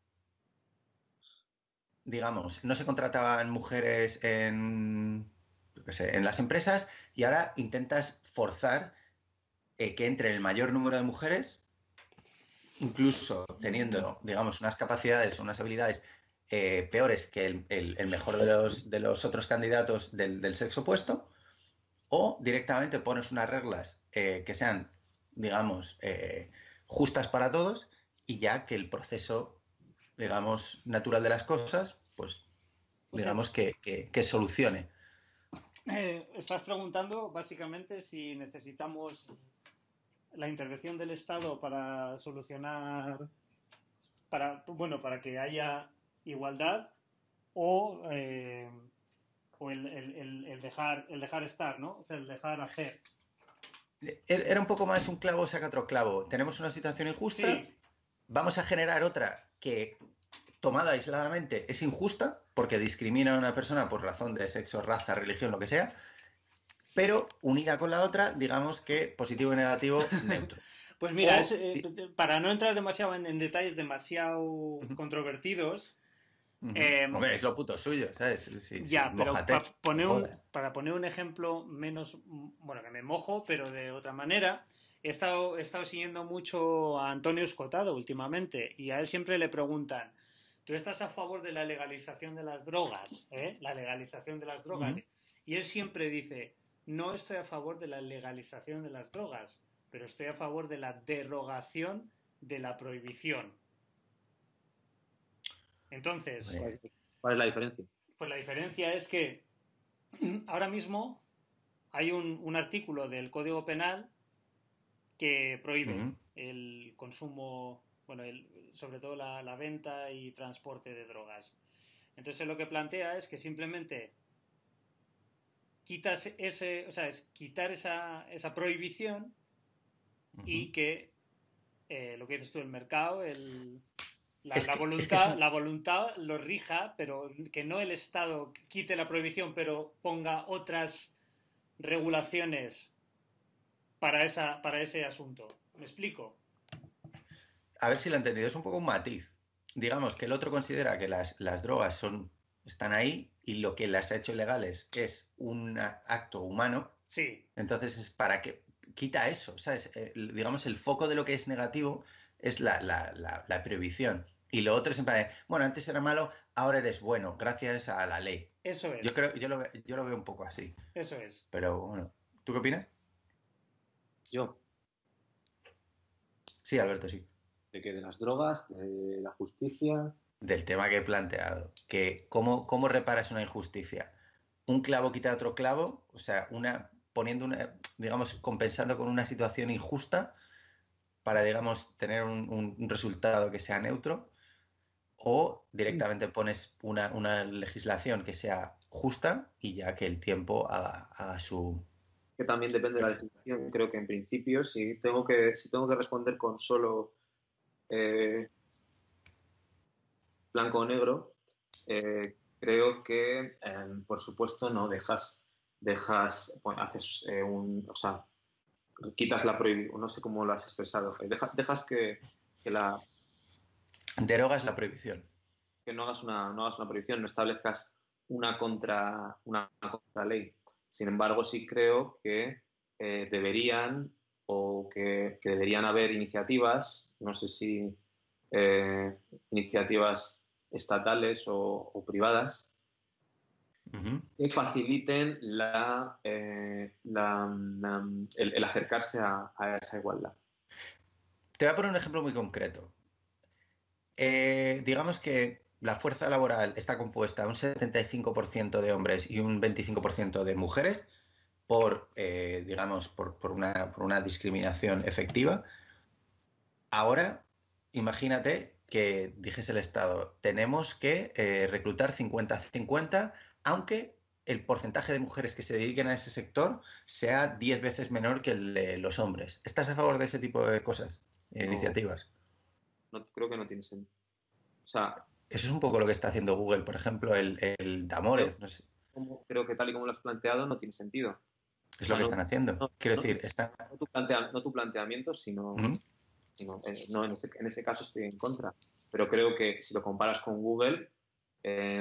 digamos, no se contrataban mujeres en, yo qué sé, en las empresas y ahora intentas forzar eh, que entre el mayor número de mujeres, incluso teniendo, digamos, unas capacidades, unas habilidades eh, peores que el, el- el mejor de los, de los otros candidatos del, del sexo opuesto, o directamente pones unas reglas eh, que sean, digamos, eh, justas para todos y ya que el proceso, digamos, natural de las cosas, pues, O sea, digamos, que, que, que solucione. eh, estás preguntando básicamente si necesitamos la intervención del Estado para solucionar, para, bueno, para que haya igualdad o, eh, o el, el, el, el dejar, el dejar estar, ¿no? O sea, el dejar hacer. Era un poco más un clavo saca otro clavo. Tenemos una situación injusta, Sí, vamos a generar otra que, tomada aisladamente, es injusta porque discrimina a una persona por razón de sexo, raza, religión, lo que sea, pero unida con la otra, digamos que positivo y negativo, neutro. pues mira, es, O... eh, para no entrar demasiado en, en detalles demasiado Ujú, controvertidos, ujú. eh, Hombre, es lo puto suyo, ¿sabes? Sí, sí, ya, pero mójate, pa no poner un, jodas. para poner un ejemplo menos, bueno, que me mojo, pero de otra manera, he estado, he estado siguiendo mucho a Antonio Escotado últimamente y a él siempre le preguntan, ¿tú estás a favor de la legalización de las drogas? ¿Eh? La legalización de las drogas. Ujú. Y él siempre dice, no estoy a favor de la legalización de las drogas, pero estoy a favor de la derogación de la prohibición. Entonces, ¿Cuál Hombre, es, cuál es la diferencia? pues la diferencia es que ahora mismo hay un, un artículo del Código Penal que prohíbe ujú. el consumo, bueno, el, sobre todo la, la venta y transporte de drogas. Entonces lo que plantea es que simplemente quitas ese, o sea, es quitar esa, esa prohibición y Ujú. que eh, lo que dices tú, el mercado, el, la, Es la, que, es que es voluntad, un... la voluntad lo rija, pero que no el Estado quite la prohibición, pero ponga otras regulaciones para, esa, para ese asunto. ¿Me explico? A ver si lo he entendido, es un poco un matiz. Digamos que el otro considera que las, las drogas son, están ahí y lo que las ha hecho legales es un acto humano, Sí. entonces es para que quita eso, ¿sabes? Eh, digamos, el foco de lo que es negativo es la, la, la, la prohibición. Y lo otro es en plan, de, bueno, antes era malo, ahora eres bueno, gracias a la ley. Eso es. Yo creo, yo lo, ve- yo lo veo un poco así. Eso es. Pero bueno, ¿tú qué opinas? Yo, Sí, Alberto, sí. de que de las drogas, de la justicia. Del tema que he planteado. Que cómo, cómo reparas una injusticia. Un clavo quita otro clavo, o sea, una poniendo una, digamos, compensando con una situación injusta para, digamos, tener un, un- un resultado que sea neutro, o directamente pones una, una legislación que sea justa y ya que el tiempo haga, haga su Que también depende de la efecto. legislación. Creo que en principio, si tengo que, si tengo que responder con solo eh, blanco o negro, eh, creo que, eh, por supuesto, no dejas, dejas, bueno, haces eh, un, o sea, quitas la prohibición, no sé cómo lo has expresado, eh, deja- dejas que, que la, Derogas la prohibición. que no hagas una, no hagas una prohibición, no establezcas una contra, una contraley. Sin embargo, sí creo que eh, deberían o que, que deberían haber iniciativas, no sé si eh, iniciativas estatales o, o privadas, Ujú. que faciliten la, eh, la- la- el, el acercarse a, a esa igualdad. Te voy a poner un ejemplo muy concreto. Eh, digamos que la fuerza laboral está compuesta un setenta y cinco por ciento de hombres y un veinticinco por ciento de mujeres por, eh, digamos, por, por una, por una discriminación efectiva. Ahora, imagínate que dijese el Estado, tenemos que eh, reclutar cincuenta cincuenta, aunque el porcentaje de mujeres que se dediquen a ese sector sea diez veces menor que el de los hombres. ¿Estás a favor de ese tipo de cosas, eh, No, iniciativas? no creo que no tiene sentido. O sea, Eso es un poco lo que está haciendo Google, por ejemplo, el, el creo, Damores, no sé, como- creo que tal y como lo has planteado no tiene sentido. O es lo sea, que no, están haciendo. no, Quiero no, decir, están... no tu, plantea- no tu planteamiento, sino, Ujú. sino eh, no, en ese, en ese caso estoy en contra. Pero creo que si lo comparas con Google, eh,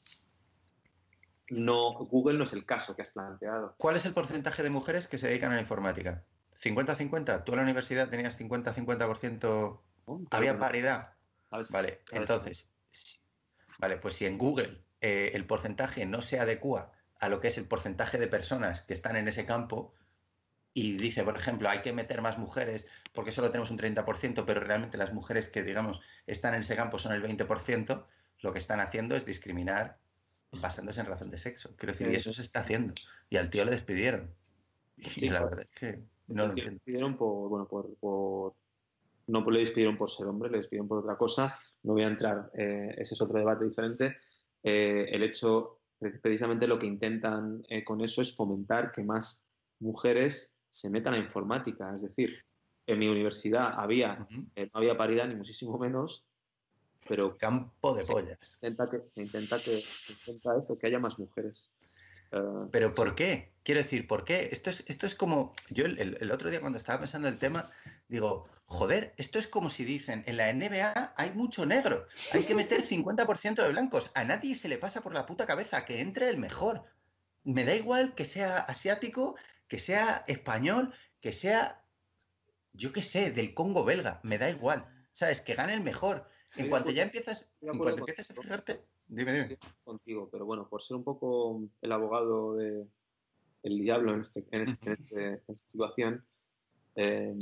no, Google no es el caso que has planteado. ¿Cuál es el porcentaje de mujeres que se dedican a la informática? ¿cincuenta cincuenta? ¿Tú en la universidad tenías cincuenta cincuenta por ciento? ¿No? Claro que ¿Había no. paridad? ¿Sabes? Vale, ¿Sabes? entonces, si- vale, pues si en Google eh, el porcentaje no se adecua a lo que es el porcentaje de personas que están en ese campo y dice, por ejemplo, hay que meter más mujeres porque solo tenemos un treinta por ciento, pero realmente las mujeres que, digamos, están en ese campo son el veinte por ciento, lo que están haciendo es discriminar basándose en razón de sexo. Quiero decir, y Eh, eso se está haciendo. Y al tío le despidieron. Y sí, la verdad es que no el lo tío le entiendo. despidieron por, bueno, por, por- no le despidieron por ser hombre, le despidieron por otra cosa. No voy a entrar, eh, ese es otro debate diferente. Eh, el hecho, precisamente lo que intentan eh, con eso es fomentar que más mujeres se metan a informática. Es decir, en mi universidad había, Ujú. eh, no había paridad ni muchísimo menos, pero Campo de se pollas. intenta que, se intenta que, se intenta eso, que haya más mujeres. Eh, ¿Pero por qué? Quiero decir, ¿por qué? Esto es, esto es como. Yo el, el- el otro día cuando estaba pensando el tema, digo, joder, esto es como si dicen, en la N B A hay mucho negro, hay que meter cincuenta por ciento de blancos. A nadie se le pasa por la puta cabeza que entre el mejor. Me da igual que sea asiático, que sea español, que sea, yo qué sé, del Congo belga, me da igual. ¿Sabes? Que gane el mejor. En estoy de cuanto ya acuerdo, empiezas, estoy de en acuerdo cuanto empiezas a contigo. fijarte, dime, dime. Estoy contigo, pero bueno, por ser un poco el abogado de, el diablo en, este, en, este, en, este, en esta situación, eh,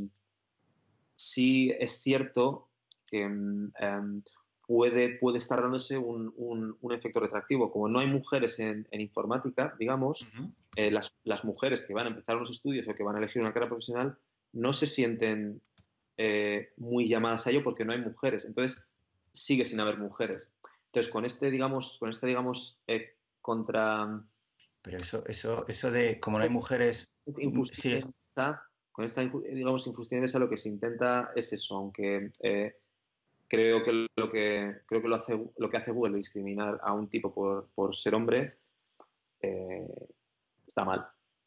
sí es cierto que eh, puede, puede estar dándose un, un, un, efecto retractivo. Como no hay mujeres en, en informática, digamos, Ujú. eh, las, las, mujeres que van a empezar unos estudios o que van a elegir una carrera profesional no se sienten eh, muy llamadas a ello porque no hay mujeres. Entonces, sigue sin haber mujeres. Entonces, con este, digamos, con este, digamos, eh, contra... Pero eso, eso, eso de como no hay mujeres, injusticia sí, inversa, con esta, digamos, injusticia inversa lo que se intenta es eso, aunque eh, creo que lo que creo que lo hace lo que hace Google discriminar a un tipo por, por ser hombre eh, está mal.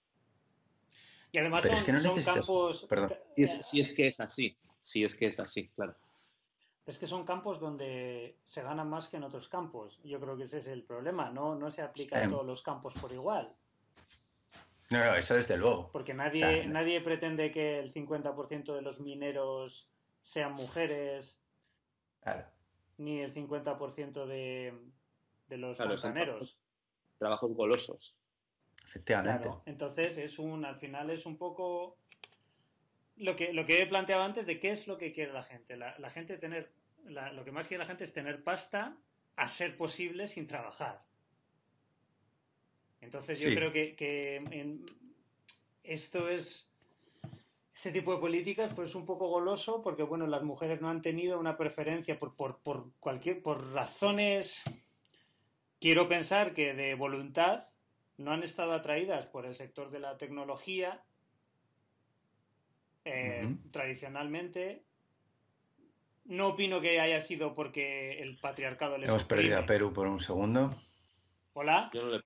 Y además pero es que son, no son necesitas, campos. perdón. Si es, si es que es así, si es que es así, claro. Es que son campos donde se gana más que en otros campos. Yo creo que ese es el problema. No, no se aplica a todos los campos por igual. No, no, eso desde luego. Porque O nadie, sea, nadie pretende que el cincuenta por ciento de los mineros sean mujeres, claro. ni el cincuenta por ciento de, de los Claro, es el, fontaneros. trabajos golosos. Efectivamente. Claro, entonces es un, al final es un poco lo que, lo que he planteado antes de qué es lo que quiere la gente. La, la gente tener, la, lo que más quiere la gente es tener pasta a ser posible sin trabajar. Entonces yo Sí. creo que, que en, esto es, este tipo de políticas pues es un poco goloso porque bueno, las mujeres no han tenido una preferencia por, por, por cualquier, por razones, quiero pensar que de voluntad, no han estado atraídas por el sector de la tecnología eh, Ujú. tradicionalmente. No opino que haya sido porque el patriarcado les Hemos perdido a oprime. Perú por un segundo. ¿Hola? Yo no le...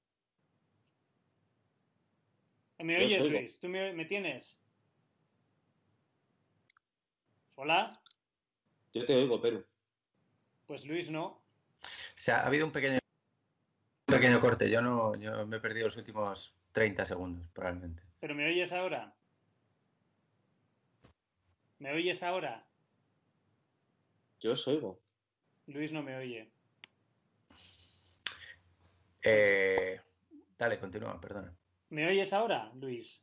¿Me Yo oyes, os oigo. Luis? ¿Tú me, me tienes? ¿Hola? Yo te oigo, Perú. Pues Luis no. O sea, ha habido un pequeño, un pequeño corte. Yo no, yo me he perdido los últimos treinta segundos, probablemente. ¿Pero me oyes ahora? ¿Me oyes ahora? Yo os oigo. Luis no me oye. Eh, dale, continúa, perdona. ¿Me oyes ahora, Luis?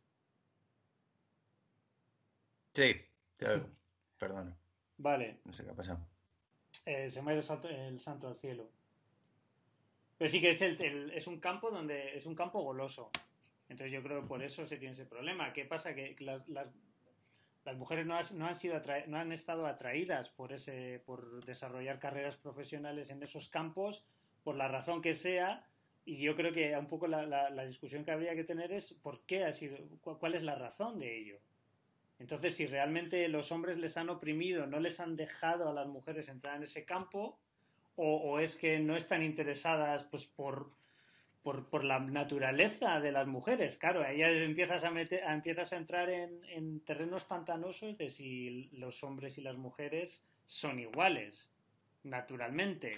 Sí, te oigo. Perdona. Vale. No sé qué ha pasado. Eh, se me ha ido el, salto, el santo al cielo. Pero sí que es, el, el, es un campo donde es un campo goloso. Entonces yo creo que por eso se tiene ese problema. ¿Qué pasa? Que las, las, las mujeres no, has, no, han sido atra, no han estado atraídas por, ese, por desarrollar carreras profesionales en esos campos, por la razón que sea. Y yo creo que un poco la, la, la discusión que habría que tener es por qué ha sido, cuál es la razón de ello. Entonces, si realmente los hombres les han oprimido, no les han dejado a las mujeres entrar en ese campo, o, o es que no están interesadas pues por, por, por la naturaleza de las mujeres. Claro, ahí empiezas a, meter, empiezas a entrar en, en terrenos pantanosos de si los hombres y las mujeres son iguales, naturalmente,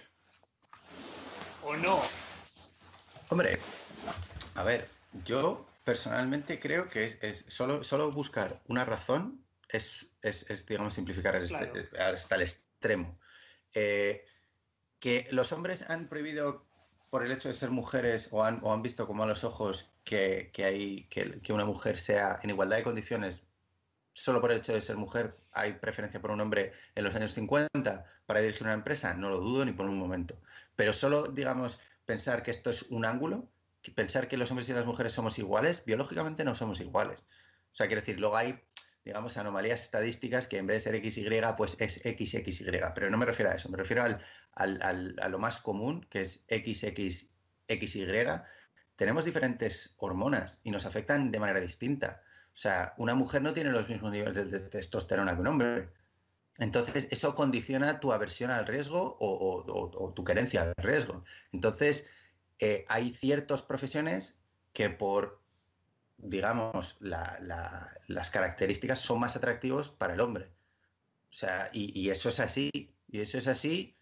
o no. Hombre, a ver, yo personalmente creo que es, es solo, solo buscar una razón es, es, es digamos, simplificar el Claro. este, hasta el extremo. Eh, que los hombres han prohibido por el hecho de ser mujeres o han, o han visto como a los ojos que, que, hay, que, que una mujer sea en igualdad de condiciones solo por el hecho de ser mujer, hay preferencia por un hombre en los años cincuenta para dirigir una empresa, no lo dudo ni por un momento. Pero solo, digamos, pensar que esto es un ángulo, que pensar que los hombres y las mujeres somos iguales, biológicamente no somos iguales. O sea, quiero decir, luego hay, digamos, anomalías estadísticas que en vez de ser equis y, pues es equis equis y. Pero no me refiero a eso, me refiero al, al, al, a lo más común, que es equis equis equis y. Tenemos diferentes hormonas y nos afectan de manera distinta. O sea, una mujer no tiene los mismos niveles de testosterona que un hombre. Entonces, eso condiciona tu aversión al riesgo o, o, o, o tu querencia al riesgo. Entonces, eh, hay ciertas profesiones que por, digamos, la, la, las características son más atractivos para el hombre. O sea, y, y eso es así. Y eso es así.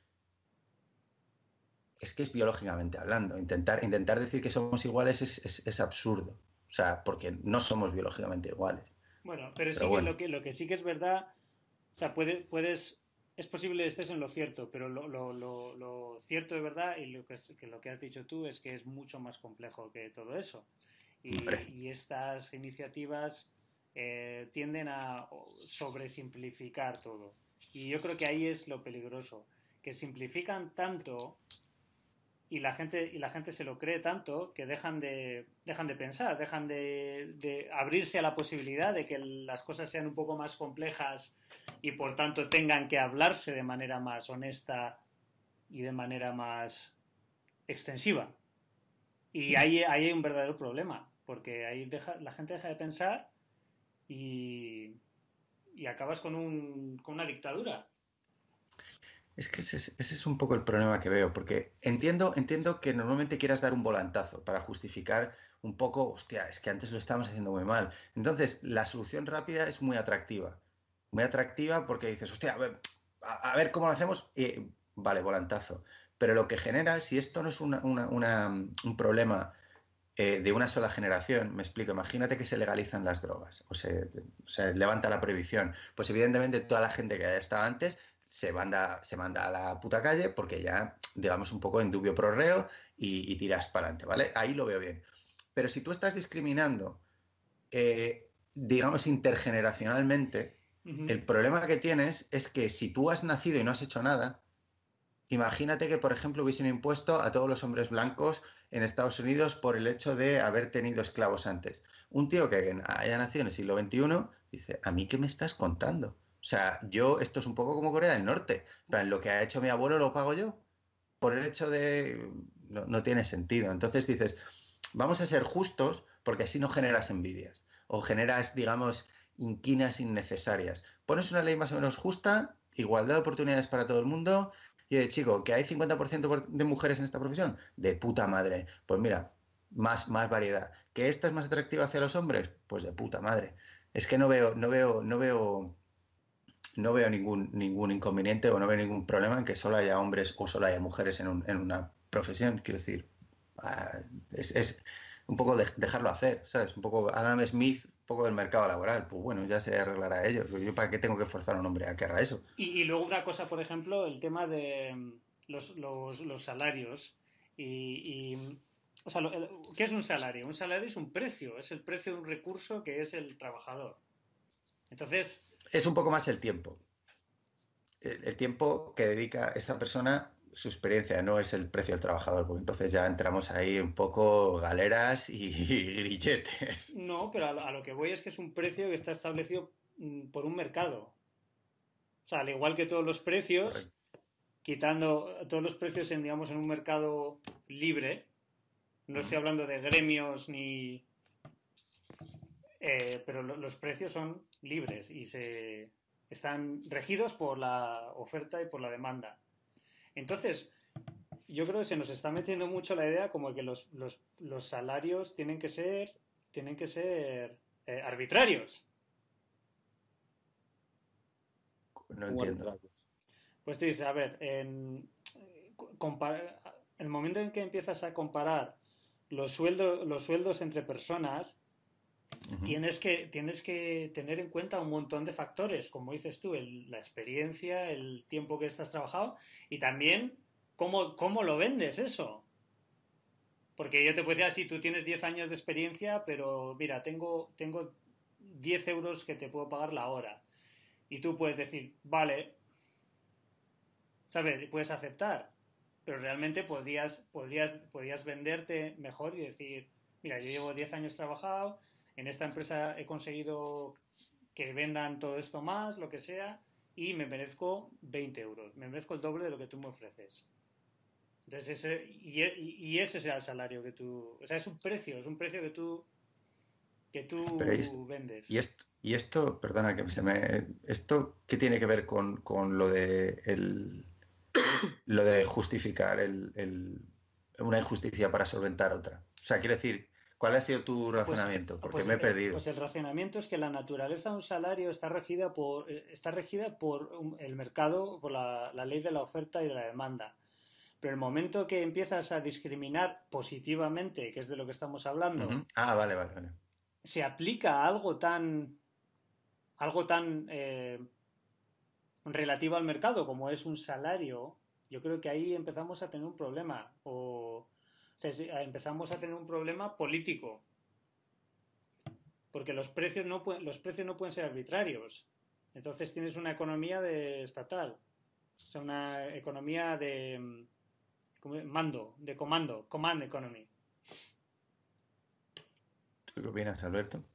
Es que es biológicamente hablando. Intentar, intentar decir que somos iguales es, es, es absurdo. O sea, porque no somos biológicamente iguales. Bueno, pero, pero sí bueno. que lo, que lo que sí que es verdad, o sea, puede, puedes, es posible que estés en lo cierto, pero lo, lo, lo, lo cierto de verdad y lo que, es, que lo que has dicho tú es que es mucho más complejo que todo eso. Y, y estas iniciativas eh, tienden a sobresimplificar todo. Y yo creo que ahí es lo peligroso, que simplifican tanto y la gente y la gente se lo cree tanto que dejan de dejan de pensar, dejan de, de abrirse a la posibilidad de que las cosas sean un poco más complejas y por tanto tengan que hablarse de manera más honesta y de manera más extensiva. Y ahí, ahí hay un verdadero problema, porque ahí deja, la gente deja de pensar y, y acabas con, un, con una dictadura. Es que ese es, ese es un poco el problema que veo, porque entiendo, entiendo que normalmente quieras dar un volantazo para justificar un poco, hostia, es que antes lo estábamos haciendo muy mal. Entonces, la solución rápida es muy atractiva. Muy atractiva porque dices, hostia, a ver, a, a ver cómo lo hacemos. Y, vale, volantazo. Pero lo que genera, si esto no es una, una, una, un problema eh, de una sola generación, me explico, imagínate que se legalizan las drogas o se, se levanta la prohibición. Pues evidentemente toda la gente que haya estado antes se manda, se manda a la puta calle porque ya, digamos, un poco en dubio pro reo y, y tiras para adelante, ¿vale? Ahí lo veo bien. Pero si tú estás discriminando, eh, digamos, intergeneracionalmente, Ujú. el problema que tienes es que si tú has nacido y no has hecho nada, imagínate que, por ejemplo, hubiese un impuesto a todos los hombres blancos en Estados Unidos por el hecho de haber tenido esclavos antes. Un tío que haya nacido en el siglo veintiuno dice, ¿a mí qué me estás contando? O sea, yo, esto es un poco como Corea del Norte. Pero lo que ha hecho mi abuelo lo pago yo. Por el hecho de... No, no tiene sentido. Entonces dices, vamos a ser justos porque así no generas envidias. O generas, digamos, inquinas innecesarias. Pones una ley más o menos justa, igualdad de oportunidades para todo el mundo. Y oye, chico, que hay cincuenta por ciento de mujeres en esta profesión, de puta madre. Pues mira, más, más variedad. ¿Que esta es más atractiva hacia los hombres? Pues de puta madre. Es que no veo, no veo, no veo, no veo ningún, ningún inconveniente o no veo ningún problema en que solo haya hombres o solo haya mujeres en, un, en una profesión. Quiero decir, ah, es, es un poco de, dejarlo hacer, ¿sabes? Un poco Adam Smith, un poco del mercado laboral. Pues bueno, ya se arreglará ellos. ¿Yo para qué tengo que forzar a un hombre a que haga eso? Y, y luego una cosa, por ejemplo, el tema de mm, los, los, los salarios. Y, y, o sea, lo- el- ¿qué es un salario? Un salario es un precio, es el precio de un recurso que es el trabajador. Entonces, Es un poco más el tiempo. El, el tiempo que dedica esa persona, su experiencia, no es el precio del trabajador, porque entonces ya entramos ahí un poco galeras y, y grilletes. no, pero a, lo- a lo que voy es que es un precio que está establecido mm, por un mercado. O sea, al igual que todos los precios, Correcto. quitando todos los precios en, digamos, en un mercado libre, no estoy Ujú. hablando de gremios ni... eh, pero lo- los precios son libres y se están regidos por la oferta y por la demanda. Entonces, yo creo que se nos está metiendo mucho la idea como que los, los, los salarios tienen que ser, tienen que ser eh, arbitrarios. No ¿Cómo entiendo. arbitrarios? Pues tú dices, a ver, en, compar- el momento en que empiezas a comparar los sueldos, los sueldos entre personas, Ujú. tienes que, tienes que tener en cuenta un montón de factores, como dices tú, el- la experiencia, el tiempo que estás trabajado y también cómo, cómo lo vendes eso. Porque yo te puedo decir así, tú tienes diez años de experiencia, pero mira, tengo, tengo diez euros que te puedo pagar la hora. Y tú puedes decir, vale, ¿sabes? Puedes aceptar, pero realmente podrías, podrías, podrías venderte mejor y decir, mira, yo llevo diez años trabajado, en esta empresa he conseguido que vendan todo esto más, lo que sea, y me merezco veinte euros, me merezco el doble de lo que tú me ofreces. Entonces, ese, y, y ese será el salario que tú, o sea, es un precio, es un precio que tú, que Pero y esto, tú vendes. y esto, y esto, perdona que se me... ¿Esto qué tiene que ver con, con lo de el, lo de justificar el, el- una injusticia para solventar otra? O sea, quiero decir, ¿cuál ha sido tu Pues, razonamiento? Porque pues, me he eh, perdido. pues el racionamiento es que la naturaleza de un salario está regida por, eh, está regida por un- el mercado, por la, la ley de la oferta y de la demanda. Pero el momento que empiezas a discriminar positivamente, que es de lo que estamos hablando, Ujú. Ah, vale, vale, vale. se aplica a algo tan, algo tan eh, relativo al mercado como es un salario, yo creo que ahí empezamos a tener un problema. O, o sea, si- empezamos a tener un problema político. Porque los precios no, pueden, los precios no pueden ser arbitrarios. Entonces tienes una economía de estatal, o sea, una economía de ¿cómo? Mando, de comando, command economy. ¿Tú qué opinas, Alberto?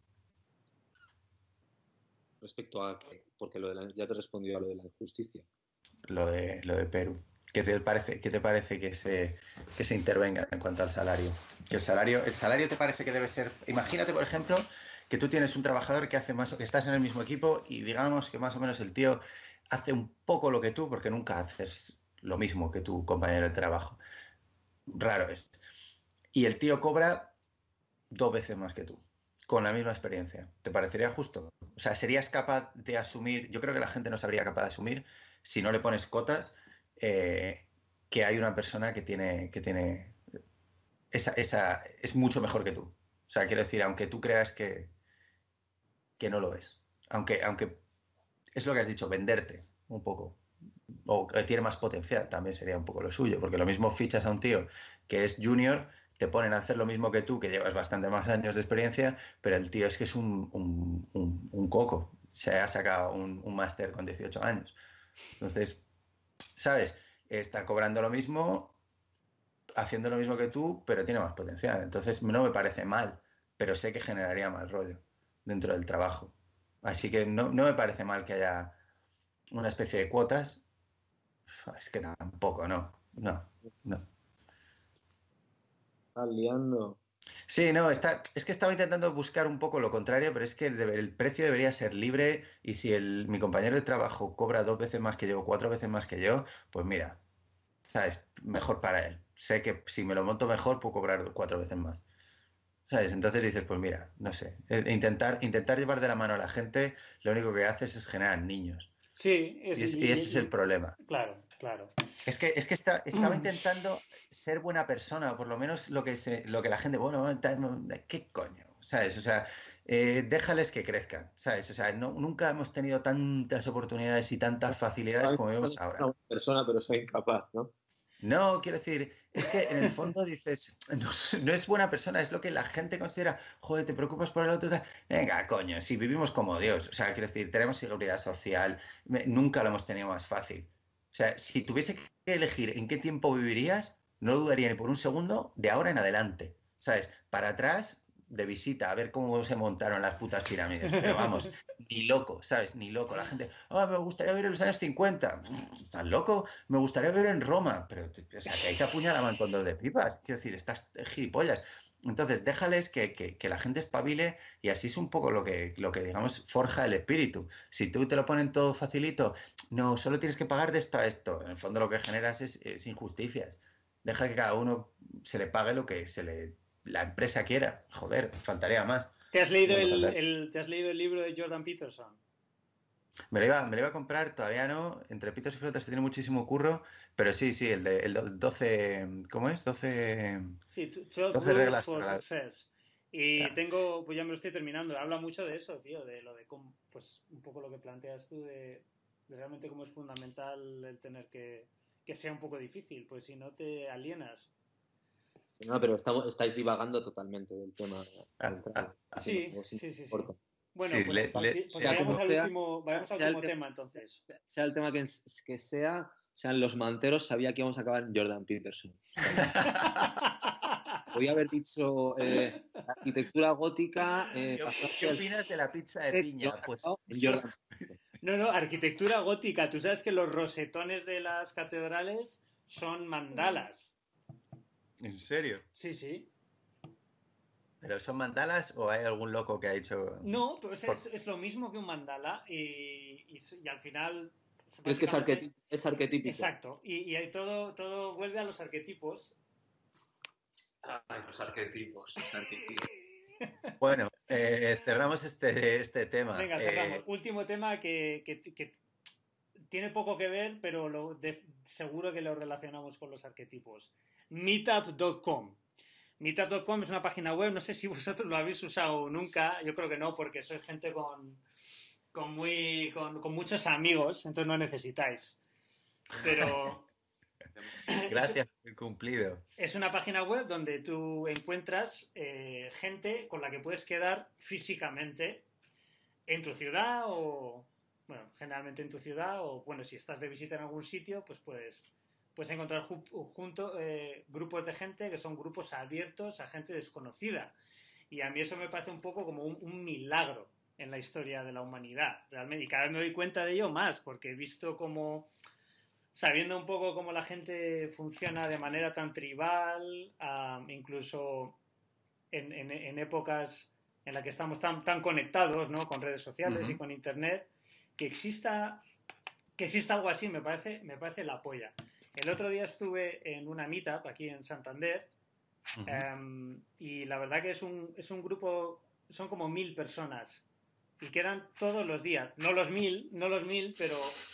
Respecto a que, porque lo de la- ya te he respondido a lo de la injusticia. Lo de, lo de Perú. ¿Qué te parece, qué te parece que se, que se intervenga en cuanto al salario? Que el salario, el salario te parece que debe ser. Imagínate, por ejemplo, que tú tienes un trabajador que hace más, que estás en el mismo equipo y digamos que más o menos el tío hace un poco lo que tú, porque nunca haces lo mismo que tu compañero de trabajo. Raro es. Y el tío cobra dos veces más que tú, con la misma experiencia. ¿Te parecería justo? O sea, ¿serías capaz de asumir? Yo creo que la gente no sería capaz de asumir si no le pones cotas eh, que hay una persona que tiene, que tiene esa, esa, es mucho mejor que tú. O sea, quiero decir, aunque tú creas que, que no lo es. Aunque, aunque es lo que has dicho, venderte un poco. o que tiene más potencial, también sería un poco lo suyo, porque lo mismo fichas a un tío que es junior, te ponen a hacer lo mismo que tú, que llevas bastante más años de experiencia, pero el tío es que es un, un, un, un coco, se ha sacado un, un máster con dieciocho años. Entonces, ¿sabes? Está cobrando lo mismo, haciendo lo mismo que tú, pero tiene más potencial. Entonces, no me parece mal, pero sé que generaría mal rollo dentro del trabajo. Así que no, no me parece mal que haya una especie de cuotas. Es que tampoco, no, no, no. Estás liando. Sí, no, está, es que estaba intentando buscar un poco lo contrario, pero es que el, el precio debería ser libre y si el, mi compañero de trabajo cobra dos veces más que yo o cuatro veces más que yo, pues mira, ¿sabes? Mejor para él. Sé que si me lo monto mejor, puedo cobrar cuatro veces más. ¿Sabes? Entonces dices, pues mira, no sé, eh, intentar, intentar llevar de la mano a la gente, lo único que haces es generar niños. Sí, es, Y, es- y, y ese es el y- problema. claro, claro. Es que, es que está- estaba intentando ser buena persona, o por lo menos lo que, se, lo que la gente, bueno, tal, ¿qué coño? ¿Sabes? O sea, eh, déjales que crezcan, ¿sabes? O sea, no, nunca hemos tenido tantas oportunidades y tantas facilidades como Soy vemos una ahora. buena persona, pero soy incapaz, ¿no? No, quiero decir, es que en el fondo dices, no, es no es buena persona, es lo que la gente considera, joder, te preocupas por el otro. Tal. Venga, coño, si vivimos como Dios, o sea, quiero decir, tenemos seguridad social, me- nunca lo hemos tenido más fácil. O sea, si tuviese que elegir en qué tiempo vivirías, no lo dudaría ni por un segundo de ahora en adelante, ¿sabes? Para atrás, de visita, a ver cómo se montaron las putas pirámides, pero vamos, ni loco, ¿sabes? Ni loco. La gente, ah, me gustaría vivir en los años cincuenta. ¿Estás loco? Me gustaría vivir en Roma, pero, o sea, que ahí te apuñalaban con dos de pipas. Quiero decir, estás gilipollas. Entonces, déjales que, que, que la gente espabile y así es un poco lo que, lo que, digamos, forja el espíritu. Si tú te lo ponen todo facilito, no, solo tienes que pagar de esto a esto. En el fondo lo que generas es, es injusticias. Deja que cada uno se le pague lo que se le, la empresa quiera. Joder, faltaría más. ¿Te has leído No, no el, faltaría. el- ¿te has leído el libro de Jordan Peterson? Me lo iba, me lo iba a comprar, todavía no. Entre pitos y flotas tiene muchísimo curro, pero sí, sí, el de el do- doce, ¿cómo es? doce, Sí, twelve doce Rules reglas for para la... Success. Y Ya. tengo, pues ya me lo estoy terminando. Habla mucho de eso, tío, de lo de cómo, pues un poco lo que planteas tú de, de realmente cómo es fundamental el tener que, que sea un poco difícil, pues si no te alienas. No, pero estamos, estáis divagando totalmente del tema Ah, central. ah, ah. Eso no, Sí, no os sí, sí, importa. sí. Bueno, Sí, pues, le, pues, le- sí, pues Sea vayamos como al sea, último, sea, vayamos al sea el último tema, tema sea, entonces. sea- sea el tema que, que sea, sean los manteros, sabía que íbamos a acabar en Jordan Peterson. O sea, podía haber dicho eh, arquitectura gótica, eh, ¿Qué, op- pasar qué hacia el opinas de la pizza de y hemos piña? Pues acabado en so- Jordan. No, no, arquitectura gótica. Tú sabes que los rosetones de las catedrales son mandalas. ¿En serio? Sí, sí. ¿Pero son mandalas o hay algún loco que ha dicho... No, pues es, for- es lo mismo que un mandala y, y, y al final, ¿Crees que es, básicamente, arquetí- es arquetípico? exacto. Y, y ahí todo, todo vuelve a los arquetipos. Ay, los arquetipos, los arquetipos. Bueno, eh, cerramos este, este tema. Venga, cerramos. Eh, Último tema que, que, que tiene poco que ver, pero lo de, seguro que lo relacionamos con los arquetipos. meetup punto com. meetup punto com es una página web, no sé si vosotros lo habéis usado nunca, yo creo que no, porque sois gente con, con, muy, con, con muchos amigos, entonces no necesitáis. Pero es, gracias por el cumplido. es una página web donde tú encuentras eh, gente con la que puedes quedar físicamente en tu ciudad o, bueno, generalmente en tu ciudad o, bueno, si estás de visita en algún sitio, pues puedes, puedes encontrar ju junto eh, grupos de gente que son grupos abiertos a gente desconocida. Y a mí eso me parece un poco como un, un milagro en la historia de la humanidad, realmente. Y cada vez me doy cuenta de ello más, porque he visto como, sabiendo un poco cómo la gente funciona de manera tan tribal, uh, incluso en, en, en épocas en las que estamos tan, tan conectados, ¿no? Con redes sociales uh-huh. y con internet, que exista, que exista algo así me parece, me parece la polla. El otro día estuve en una meetup aquí en Santander uh-huh. um, y la verdad que es un, es un grupo, son como mil personas y quedan todos los días, no los mil, no los mil, pero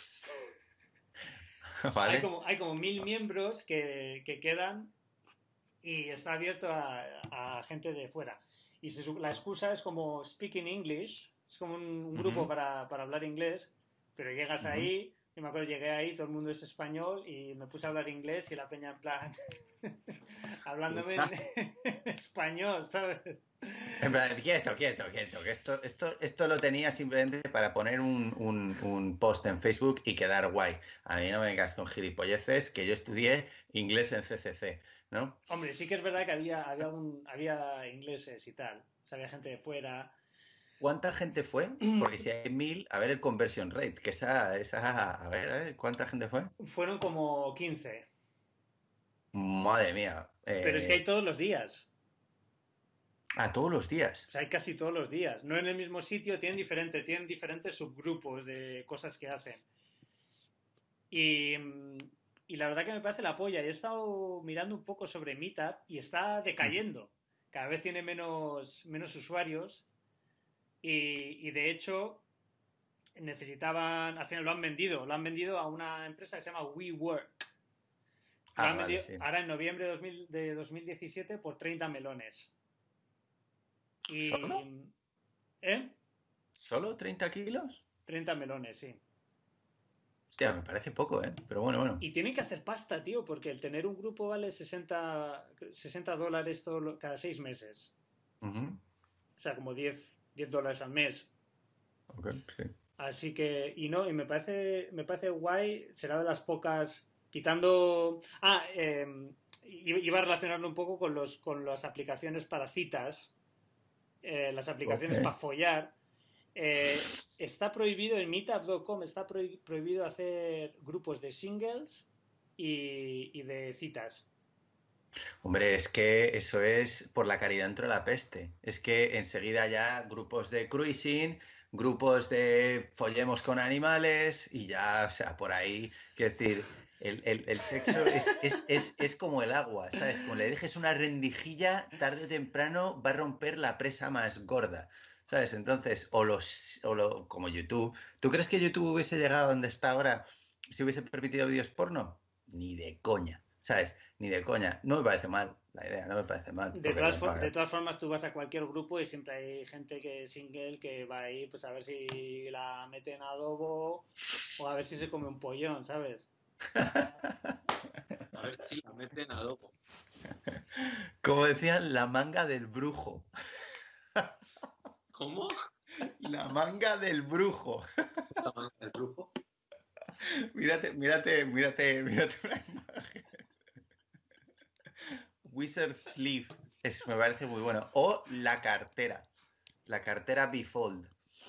vale. hay, como, hay como mil miembros que, que quedan y está abierto a, a gente de fuera. Y se, la excusa es como speaking English, es como un, un grupo uh-huh. para, para hablar inglés, pero llegas uh-huh. ahí, Y me acuerdo, llegué ahí, todo el mundo es español y me puse a hablar inglés y la peña en plan, hablándome en, en español, ¿sabes? En plan, quieto, quieto, quieto, que esto, esto, esto lo tenía simplemente para poner un, un, un post en Facebook y quedar guay. A mí no me vengas con gilipolleces, que yo estudié inglés en C C C, ¿no? Hombre, sí que es verdad que había, había, un, había ingleses y tal, o sea, había gente de fuera. ¿Cuánta gente fue? Porque si hay mil, a ver el conversion rate, que esa, esa, a ver, a ver, ¿cuánta gente fue? Fueron como quince. Madre mía. Eh... Pero es que hay todos los días. Ah, todos los días. O sea, hay casi todos los días. No en el mismo sitio, tienen, diferente, tienen diferentes subgrupos de cosas que hacen. Y, y la verdad que me parece la polla. He estado mirando un poco sobre Meetup y está decayendo. Cada vez tiene menos, menos usuarios. Y, y de hecho, necesitaban, al final lo han vendido, lo han vendido a una empresa que se llama WeWork. Ah, han vale, vendido, sí. ahora en noviembre de, dos mil, de dos mil diecisiete por treinta melones. Y, ¿Solo? ¿Eh? ¿Solo treinta kilos? treinta melones, sí. Hostia, me parece poco, ¿eh? Pero bueno, bueno. Y tienen que hacer pasta, tío, porque el tener un grupo vale sesenta, sesenta dólares todo, cada seis meses. Uh-huh. O sea, como diez, diez dólares al mes. Ok, sí. Así que, y no, y me parece, me parece guay, será de las pocas, quitando... Ah, eh, iba a relacionarlo un poco con, los, con las aplicaciones para citas, eh, las aplicaciones okay. para follar. Eh, está prohibido en meetup punto com, está prohibido hacer grupos de singles y, y de citas. Hombre, es que eso es por la caridad dentro de la peste. Es que enseguida ya grupos de cruising, grupos de follemos con animales y ya, o sea, por ahí, quiero decir, el, el, el sexo es, es, es, es como el agua, ¿sabes? Como le dejes una rendijilla, tarde o temprano va a romper la presa más gorda. ¿Sabes? Entonces, o los, o lo, como YouTube. ¿Tú crees que YouTube hubiese llegado a donde está ahora si hubiese permitido vídeos porno? Ni de coña, ¿sabes? Ni de coña. No me parece mal la idea, no me parece mal. De todas, for de todas formas, tú vas a cualquier grupo y siempre hay gente que es single que va ahí pues a ver si la meten a adobo o a ver si se come un pollón, ¿sabes? A ver si la meten a adobo. Como decían, la manga del brujo. ¿Cómo? La manga del brujo. ¿La manga del brujo? Mírate, mírate, mírate, mírate una imagen. Wizard Sleeve. Es, me parece muy bueno. O la cartera. La cartera Bifold.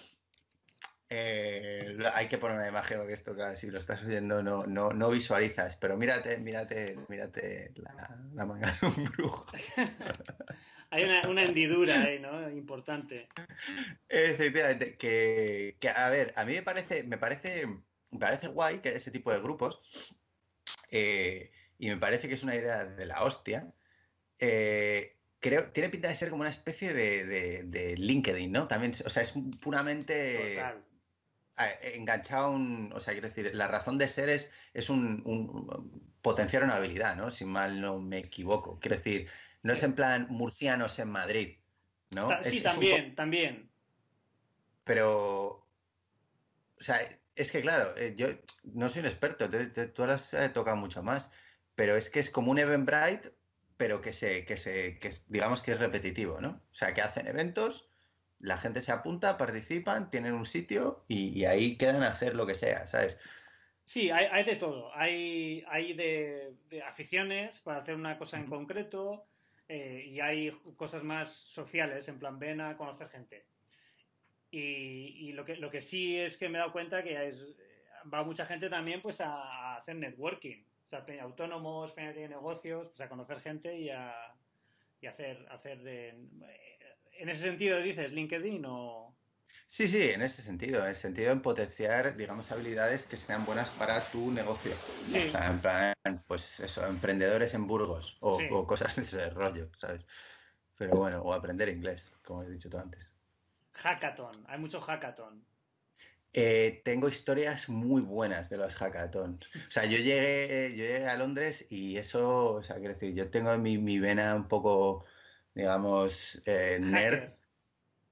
Eh, hay que poner una imagen porque esto, claro, si lo estás oyendo no, no, no visualizas. Pero mírate, mírate, mírate la, la manga de un brujo. Hay una, una hendidura ahí, ¿no? Importante. Efectivamente, que, que, a ver, a mí me parece, me parece, me parece guay que ese tipo de grupos, eh, y me parece que es una idea de la hostia. Eh, creo, tiene pinta de ser como una especie de, de, de LinkedIn, ¿no? También, o sea, es puramente Total. enganchado a un, o sea, quiero decir, la razón de ser es, es un, un potenciar una habilidad, ¿no? Si mal no me equivoco. Quiero decir, no sí. es en plan murcianos en Madrid, ¿no? Ta sí, es, también, es un... también. Pero, o sea, es que claro, yo no soy un experto, tú, tú has tocado mucho más, pero es que es como un Eventbrite, pero que se, que se, que digamos que es repetitivo, ¿no? O sea, que hacen eventos, la gente se apunta, participan, tienen un sitio y, y ahí quedan a hacer lo que sea, ¿sabes? Sí, hay, hay de todo. Hay, hay de, de aficiones para hacer una cosa en concreto eh, y hay cosas más sociales, en plan ven a conocer gente. Y, y lo, que, lo que sí es que me he dado cuenta que es, va mucha gente también pues a, a hacer networking. O sea, peña autónomos, peña que tiene negocios, pues a conocer gente y a y hacer, hacer de, en ese sentido dices LinkedIn o... Sí, sí, en ese sentido, en el sentido de potenciar, digamos, habilidades que sean buenas para tu negocio. Sí. O sea, en plan, pues eso, emprendedores en Burgos o, sí. o cosas de ese rollo, ¿sabes? Pero bueno, o aprender inglés, como he dicho tú antes. Hackathon, hay mucho hackathon. Eh, tengo historias muy buenas de los hackathons. O sea, yo llegué, yo llegué a Londres y eso, o sea, quiero decir, yo tengo mi, mi vena un poco, digamos, eh, nerd.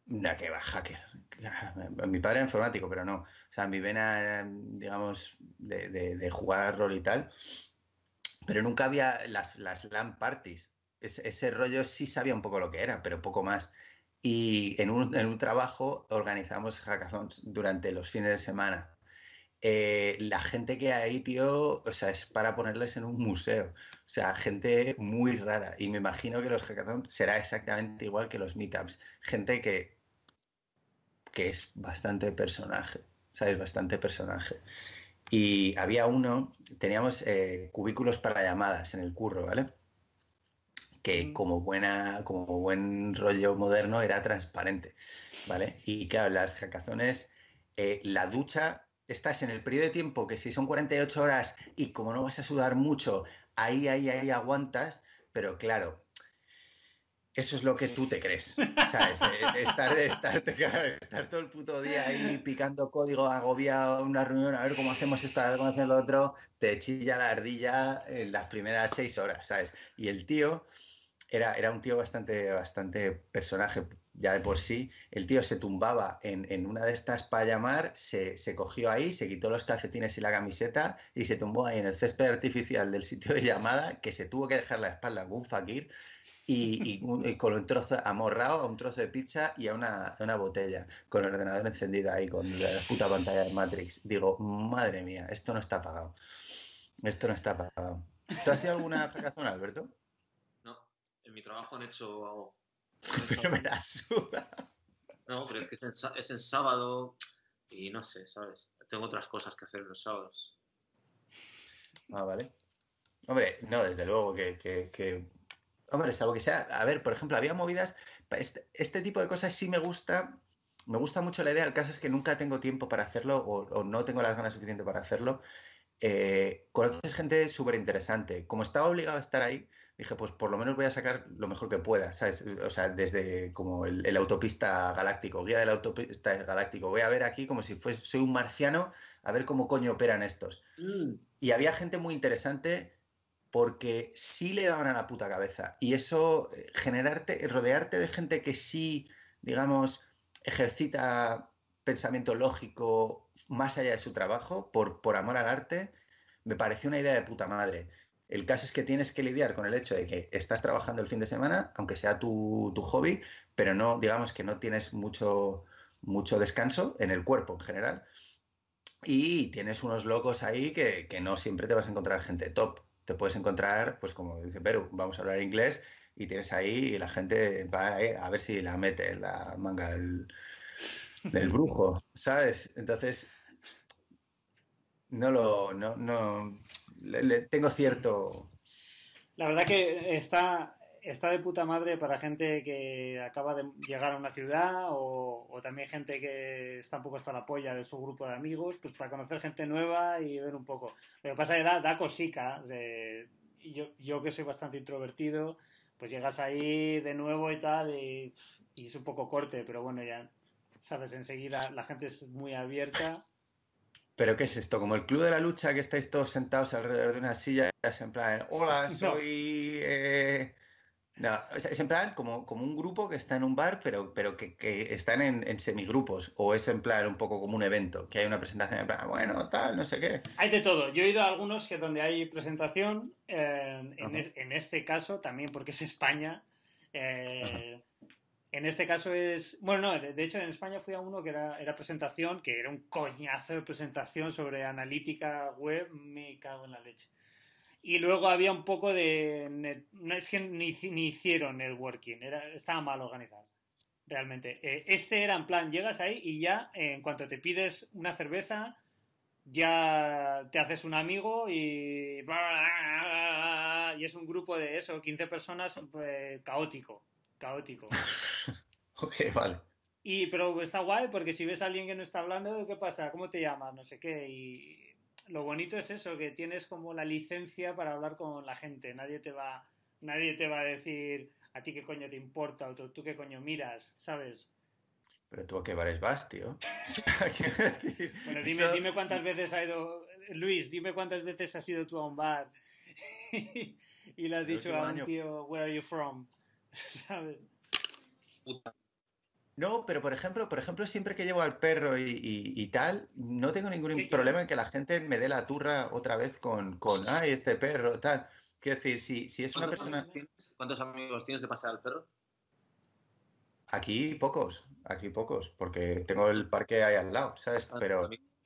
Una que va, hacker. Mi padre era informático, pero no. O sea, mi vena era, digamos, de, de, de jugar al rol y tal. Pero nunca había las, las LAN parties. Es, ese rollo sí sabía un poco lo que era, pero poco más. Y en un, en un trabajo organizamos hackathons durante los fines de semana. Eh, la gente que hay, tío, o sea, es para ponerles en un museo. O sea, gente muy rara. Y me imagino que los hackathons será exactamente igual que los meetups. Gente que, que es bastante personaje, ¿sabes? Bastante personaje. Y había uno, teníamos eh, cubículos para llamadas en el curro, ¿vale? Que Mm. como buena, como buen rollo moderno era transparente, ¿vale? Y claro, las hackazones, eh, la ducha, estás en el periodo de tiempo que si son cuarenta y ocho horas y como no vas a sudar mucho, ahí, ahí, ahí aguantas, pero claro, eso es lo que tú te crees, ¿sabes? De, de estar, de estar, de estar todo el puto día ahí picando código, agobiado en una reunión, a ver cómo hacemos esto, a ver cómo hacemos lo otro, te chilla la ardilla en las primeras seis horas, ¿sabes? Y el tío era, era un tío bastante, bastante personaje ya de por sí. El tío se tumbaba en, en una de estas para llamar, se, se cogió ahí, se quitó los calcetines y la camiseta y se tumbó ahí en el césped artificial del sitio de llamada, que se tuvo que dejar la espalda con un fakir y, y, y con un trozo amorrado a un trozo de pizza y a una, a una botella, con el ordenador encendido ahí, con la puta pantalla de Matrix. Digo, madre mía, esto no está pagado. Esto no está pagado. ¿Tú has ido alguna hackathon, Alberto? No, en mi trabajo han hecho... Pero me la suda. No, pero es que es en, es en sábado y no sé, ¿sabes? Tengo otras cosas que hacer los sábados. Ah, vale. Hombre, no, desde luego que, que, que... Hombre, salvo que sea... A ver, por ejemplo, había movidas... Este, este tipo de cosas sí me gusta... Me gusta mucho la idea. El caso es que nunca tengo tiempo para hacerlo o, o no tengo las ganas suficientes para hacerlo. Eh, conoces gente súper interesante. Como estaba obligado a estar ahí, dije, pues por lo menos voy a sacar lo mejor que pueda, ¿sabes? O sea, desde como el, el autopista galáctico, guía del autopista galáctico. Voy a ver aquí como si fuese, soy un marciano, a ver cómo coño operan estos. Mm. Y había gente muy interesante porque sí le daban a la puta cabeza. Y eso, eh, generarte, rodearte de gente que sí, digamos, ejercita pensamiento lógico más allá de su trabajo, por, por amor al arte, me pareció una idea de puta madre. El caso es que tienes que lidiar con el hecho de que estás trabajando el fin de semana, aunque sea tu, tu hobby, pero no, digamos que no tienes mucho, mucho descanso en el cuerpo en general. Y tienes unos locos ahí que, que no siempre te vas a encontrar gente top. Te puedes encontrar, pues como dice Perú, vamos a hablar inglés y tienes ahí la gente va ahí a ver si la mete en la manga del, del brujo, ¿sabes? Entonces, no lo, no, no, le, le tengo cierto... La verdad que está, está de puta madre para gente que acaba de llegar a una ciudad o, o también gente que está un poco hasta la polla de su grupo de amigos, pues para conocer gente nueva y ver un poco. Lo que pasa es que da, da cosica. De, yo, yo que soy bastante introvertido, pues llegas ahí de nuevo y tal y, y es un poco corte, pero bueno, ya sabes, enseguida la gente es muy abierta. ¿Pero qué es esto? ¿Como el club de la lucha que estáis todos sentados alrededor de una silla en plan, hola, No, soy... eh, No, o sea, es en plan como, como un grupo que está en un bar, pero, pero que, que están en, en semigrupos. O es en plan un poco como un evento, que hay una presentación en plan, bueno, tal, no sé qué. hay de todo. Yo he ido a algunos que donde hay presentación, eh, en, Ajá, es, en, este caso también porque es España. ajá. Eh, en este caso es... Bueno, no, de, de, hecho en España fui a uno que era, era presentación, que era un coñazo de presentación sobre analítica web, me cago en la leche. Y luego había un poco de... Net, no es que ni, ni hicieron networking, era, estaba mal organizado. Realmente. Eh, este era en plan, llegas ahí y ya, eh, en cuanto te pides una cerveza, ya te haces un amigo y... Y es un grupo de eso, quince personas, pues, caótico. Caótico. Ok, vale. Y, pero está guay porque si ves a alguien que no está hablando, ¿qué pasa? ¿Cómo te llamas? No sé qué. Y lo bonito es eso, que tienes como la licencia para hablar con la gente. Nadie te va, nadie te va a decir a ti qué coño te importa o tú, tú qué coño miras, ¿sabes? Pero tú a qué bares vas, tío. O sea, quiero decir, Bueno, dime, eso... dime cuántas veces ha ido... Luis, dime cuántas veces has ido tú a un bar y le has El dicho último a un año, tío, where are you from? ¿Sabes? Puta. No, pero por ejemplo, por ejemplo, siempre que llevo al perro y, y- y tal, no tengo ningún ¿Qué problema en quieres? que la gente me dé la turra otra vez con, con, ay, este perro, tal. Quiero decir, si, si es una ¿Cuántos amigos persona, tienes? ¿Cuántos amigos tienes de pasear al perro? aquí pocos, aquí pocos, porque tengo el parque ahí al lado, ¿sabes? Bastantes Pero, amigos.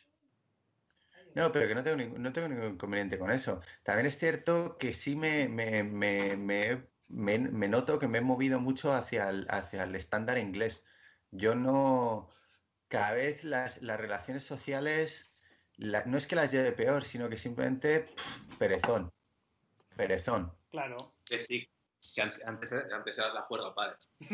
no, pero que no tengo, ningún- no tengo ningún inconveniente con eso. También es cierto que sí me, me, me, me, me- me noto que me he movido mucho hacia el, hacia el estándar inglés. Yo no, cada vez las, las relaciones sociales, la- no es que las lleve peor, sino que simplemente pf, perezón, perezón. Claro. Que sí, que an- antes, antes eras la cuerda, padre.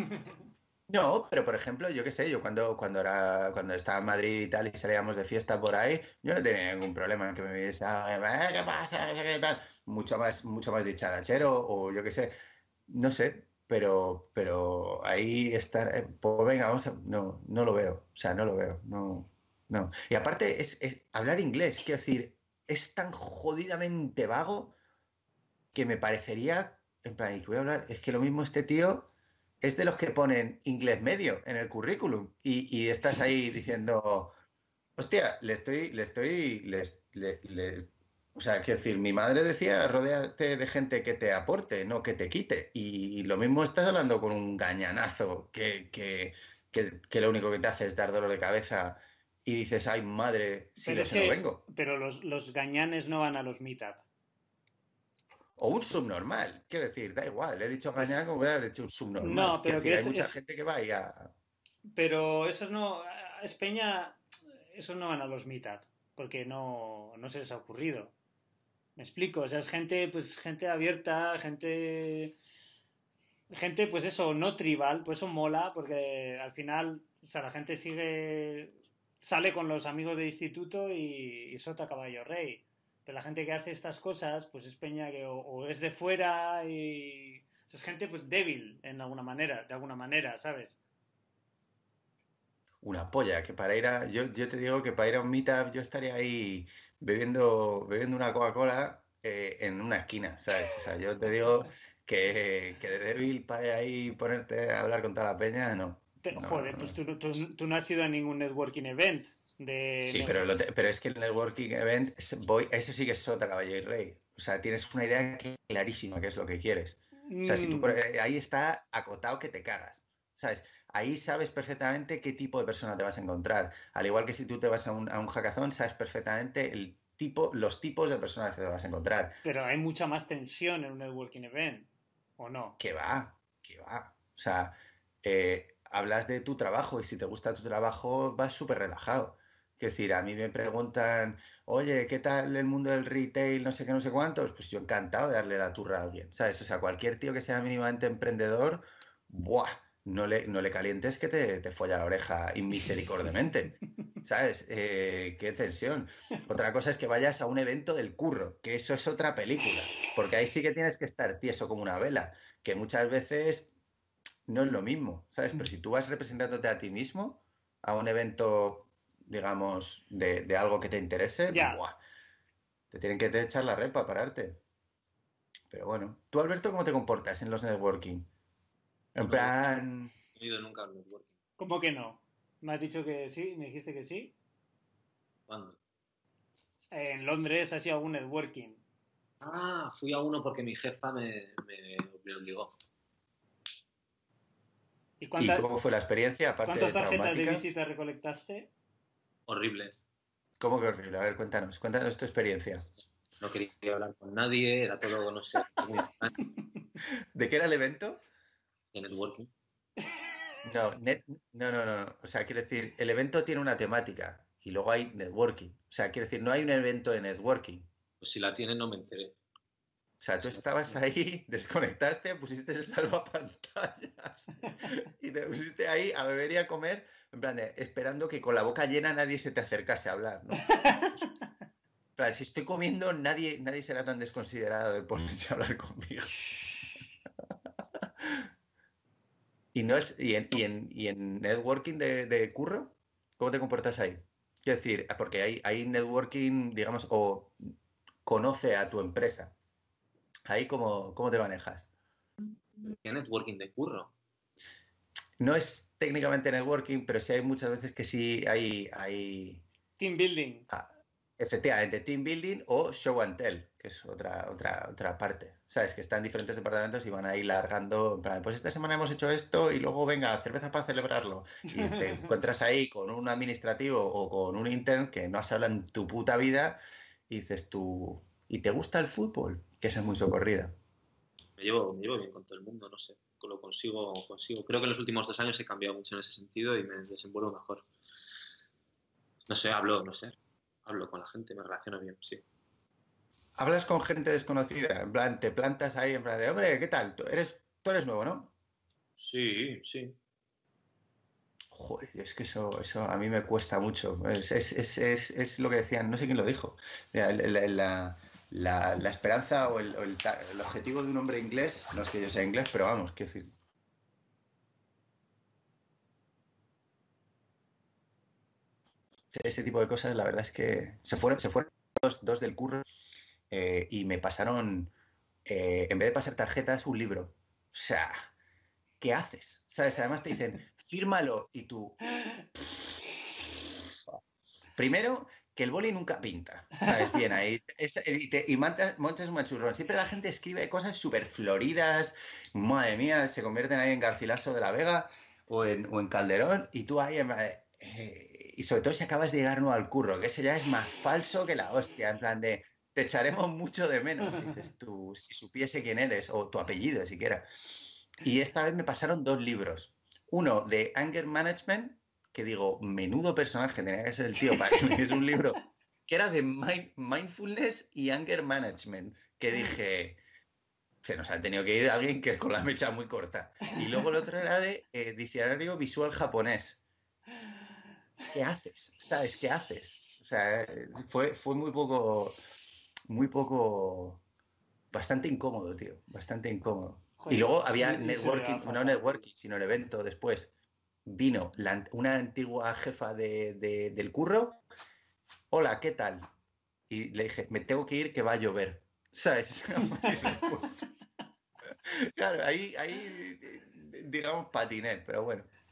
No, pero por ejemplo, yo qué sé, yo cuando, cuando era, cuando estaba en Madrid y tal y salíamos de fiesta por ahí, yo no tenía ningún problema en que me viniese, "Ah, eh, ¿qué pasa? No sé qué tal. Mucho más, mucho más dicharachero, o yo qué sé, no sé, pero, pero ahí estar, eh, pues venga, vamos a, no, no lo veo, o sea, no lo veo, no, no. Y aparte es, es hablar inglés, quiero decir, es tan jodidamente vago que me parecería, en plan, ¿y qué voy a hablar? Es que lo mismo este tío es de los que ponen inglés medio en el currículum y, y estás ahí diciendo, hostia, le estoy, le estoy, les- le, le- o sea, quiero decir, mi madre decía, rodéate de gente que te aporte, no que te quite. Y, lo mismo estás hablando con un gañanazo que, que, que, que lo único que te hace es dar dolor de cabeza y dices, ay, madre, si Pero no es sé, no que, vengo. pero los, los gañanes no van a los meetup. O un subnormal, quiero decir, da igual, le he dicho Es, gañán como voy a haber hecho un subnormal. no, Quiero pero decir, que hay es, mucha es, gente que va y a... pero esos no, es Peña, esos no van a los meetup, porque no, no se les ha ocurrido. Me explico, o sea, es gente, pues gente abierta, gente, gente, pues eso, no tribal, pues eso mola, porque al final, o sea, la gente sigue, sale con los amigos de instituto y, y sota caballo rey. Pero la gente que hace estas cosas, pues es peña que o, o es de fuera y o sea, es gente pues débil en alguna manera, de alguna manera, ¿sabes? Una polla, que para ir a... Yo, yo te digo que para ir a un meetup yo estaría ahí bebiendo, bebiendo una Coca-Cola eh, en una esquina, ¿sabes? O sea, yo te digo que, que de débil para ir ahí y ponerte a hablar con toda la peña, no. Te- No, no, joder, pues no. tú, tú, tú no has ido a ningún networking event de... Sí, net- pero, lo te- pero es que el networking event, es- voy, eso sí que es sota, caballo y rey. O sea, tienes una idea clarísima qué es lo que quieres. O sea, si tú por- Mm, eh, ahí está acotado que te cagas. ¿Sabes? Ahí sabes perfectamente qué tipo de persona te vas a encontrar. Al igual que si tú te vas a un, a un hackathon, sabes perfectamente el tipo, los tipos de personas que te vas a encontrar. pero hay mucha más tensión en un networking event, ¿o no? ¿Qué va? ¿Qué va? O sea, eh, hablas de tu trabajo y si te gusta tu trabajo vas súper relajado. Es decir, a mí me preguntan, oye, ¿qué tal el mundo del retail? No sé qué, no sé cuántos. Pues yo encantado de darle la turra a alguien, ¿sabes? O sea, cualquier tío que sea mínimamente emprendedor, ¡buah! No le, no le calientes que te, te folla la oreja inmisericordiamente, ¿sabes? Eh, qué tensión. Otra cosa es que vayas a un evento del curro, que eso es otra película, porque ahí sí que tienes que estar tieso como una vela, que muchas veces no es lo mismo, ¿sabes? Pero si tú vas representándote a ti mismo a un evento, digamos, de, de algo que te interese, Ya, ¡buah! Te tienen que te echar la red para pararte. Pero bueno, tú, Alberto, ¿cómo te comportas en los networking? En No, no plan, he ido nunca al networking. ¿cómo que no? ¿Me has dicho que sí? ¿Me dijiste que sí? ¿Cuándo? En Londres ha sido algún networking. Ah, fui a uno porque mi jefa me, me, me obligó. ¿Y ¿y cuántas, cómo fue la experiencia, aparte cuántas de tarjetas de traumática? visita recolectaste? Horrible. ¿Cómo que horrible? A ver, cuéntanos, cuéntanos tu experiencia. No quería hablar con nadie, era todo, no sé, muy extraño ¿De qué era el evento? de networking. No, net- no, no, no. O sea, quiero decir, el evento tiene una temática y luego hay networking. O sea, quiero decir, no hay un evento de networking. Pues si la tienen no me enteré. O sea, tú Si no- estabas ahí, desconectaste, pusiste el salvapantallas y te pusiste ahí a beber y a comer, en plan de, esperando que con la boca llena nadie se te acercase a hablar, ¿no? En plan, si estoy comiendo, nadie, nadie será tan desconsiderado de ponerse a hablar conmigo. Y no es, y en, y en, y en networking de, de curro, ¿cómo te comportas ahí? Quiero decir, porque hay, hay networking, digamos, o conoce a tu empresa. Ahí cómo, cómo te manejas. ¿Qué networking de curro? No es técnicamente networking, pero sí hay muchas veces que sí hay... hay Team building. ah, efectivamente, team building o show and tell, que es otra, otra, otra parte. Sabes, que están diferentes departamentos y van a ir largando, en plan, pues esta semana hemos hecho esto y luego venga, cerveza para celebrarlo. Y te encuentras ahí con un administrativo o con un intern que no has hablado en tu puta vida y dices tú, ¿y te gusta el fútbol? Que esa es muy socorrida. Me llevo, me llevo bien con todo el mundo, no sé, lo consigo, consigo. Creo que en los últimos dos años he cambiado mucho en ese sentido y me desenvuelvo mejor. No sé, hablo, no sé, hablo con la gente, me relaciono bien, sí. Hablas con gente desconocida, en plan, te plantas ahí, en plan de, hombre, ¿qué tal? Tú eres, tú eres nuevo, ¿no? Sí, sí. Joder, es que eso, eso a mí me cuesta mucho. Es, es, es, es, es lo que decían, no sé quién lo dijo. La, la, la, la, la esperanza o, el, o el, el objetivo de un hombre inglés, no es que yo sea inglés, pero vamos, quiero decir. Ese tipo de cosas, la verdad es que se fueron, se fueron dos, dos del curro eh, y me pasaron, eh, en vez de pasar tarjetas, un libro. O sea, ¿qué haces? ¿Sabes? Además te dicen, fírmalo y tú... Primero, que el boli nunca pinta, ¿sabes? Bien, ahí. Es, y, te, y montas, montas un machurrón. Siempre la gente escribe cosas súper floridas. Madre mía, se convierten ahí en Garcilaso de la Vega o en, o en Calderón. Y tú ahí. Eh, y sobre todo si acabas de llegar nuevo al curro, que eso ya es más falso que la hostia. En plan de. Te echaremos mucho de menos. Y dices tú, si supiese quién eres, o tu apellido siquiera. Y esta vez me pasaron dos libros. Uno de Anger Management, que digo, menudo personaje tenía que ser el tío para que me diese un libro, que era de mind, Mindfulness y Anger Management, que dije, se nos ha tenido que ir alguien que con la mecha muy corta. Y luego el otro era de eh, Diccionario Visual Japonés. ¿Qué haces? ¿Sabes? ¿Qué haces? O sea, fue, fue muy poco, muy poco, bastante incómodo, tío, bastante incómodo. Joder, y luego había y, networking, y no networking, sino el evento después. Vino la, una antigua jefa de, de, del curro. Hola, ¿qué tal? Y le dije, me tengo que ir que va a llover. ¿Sabes? Claro, ahí, ahí digamos patiné, pero bueno.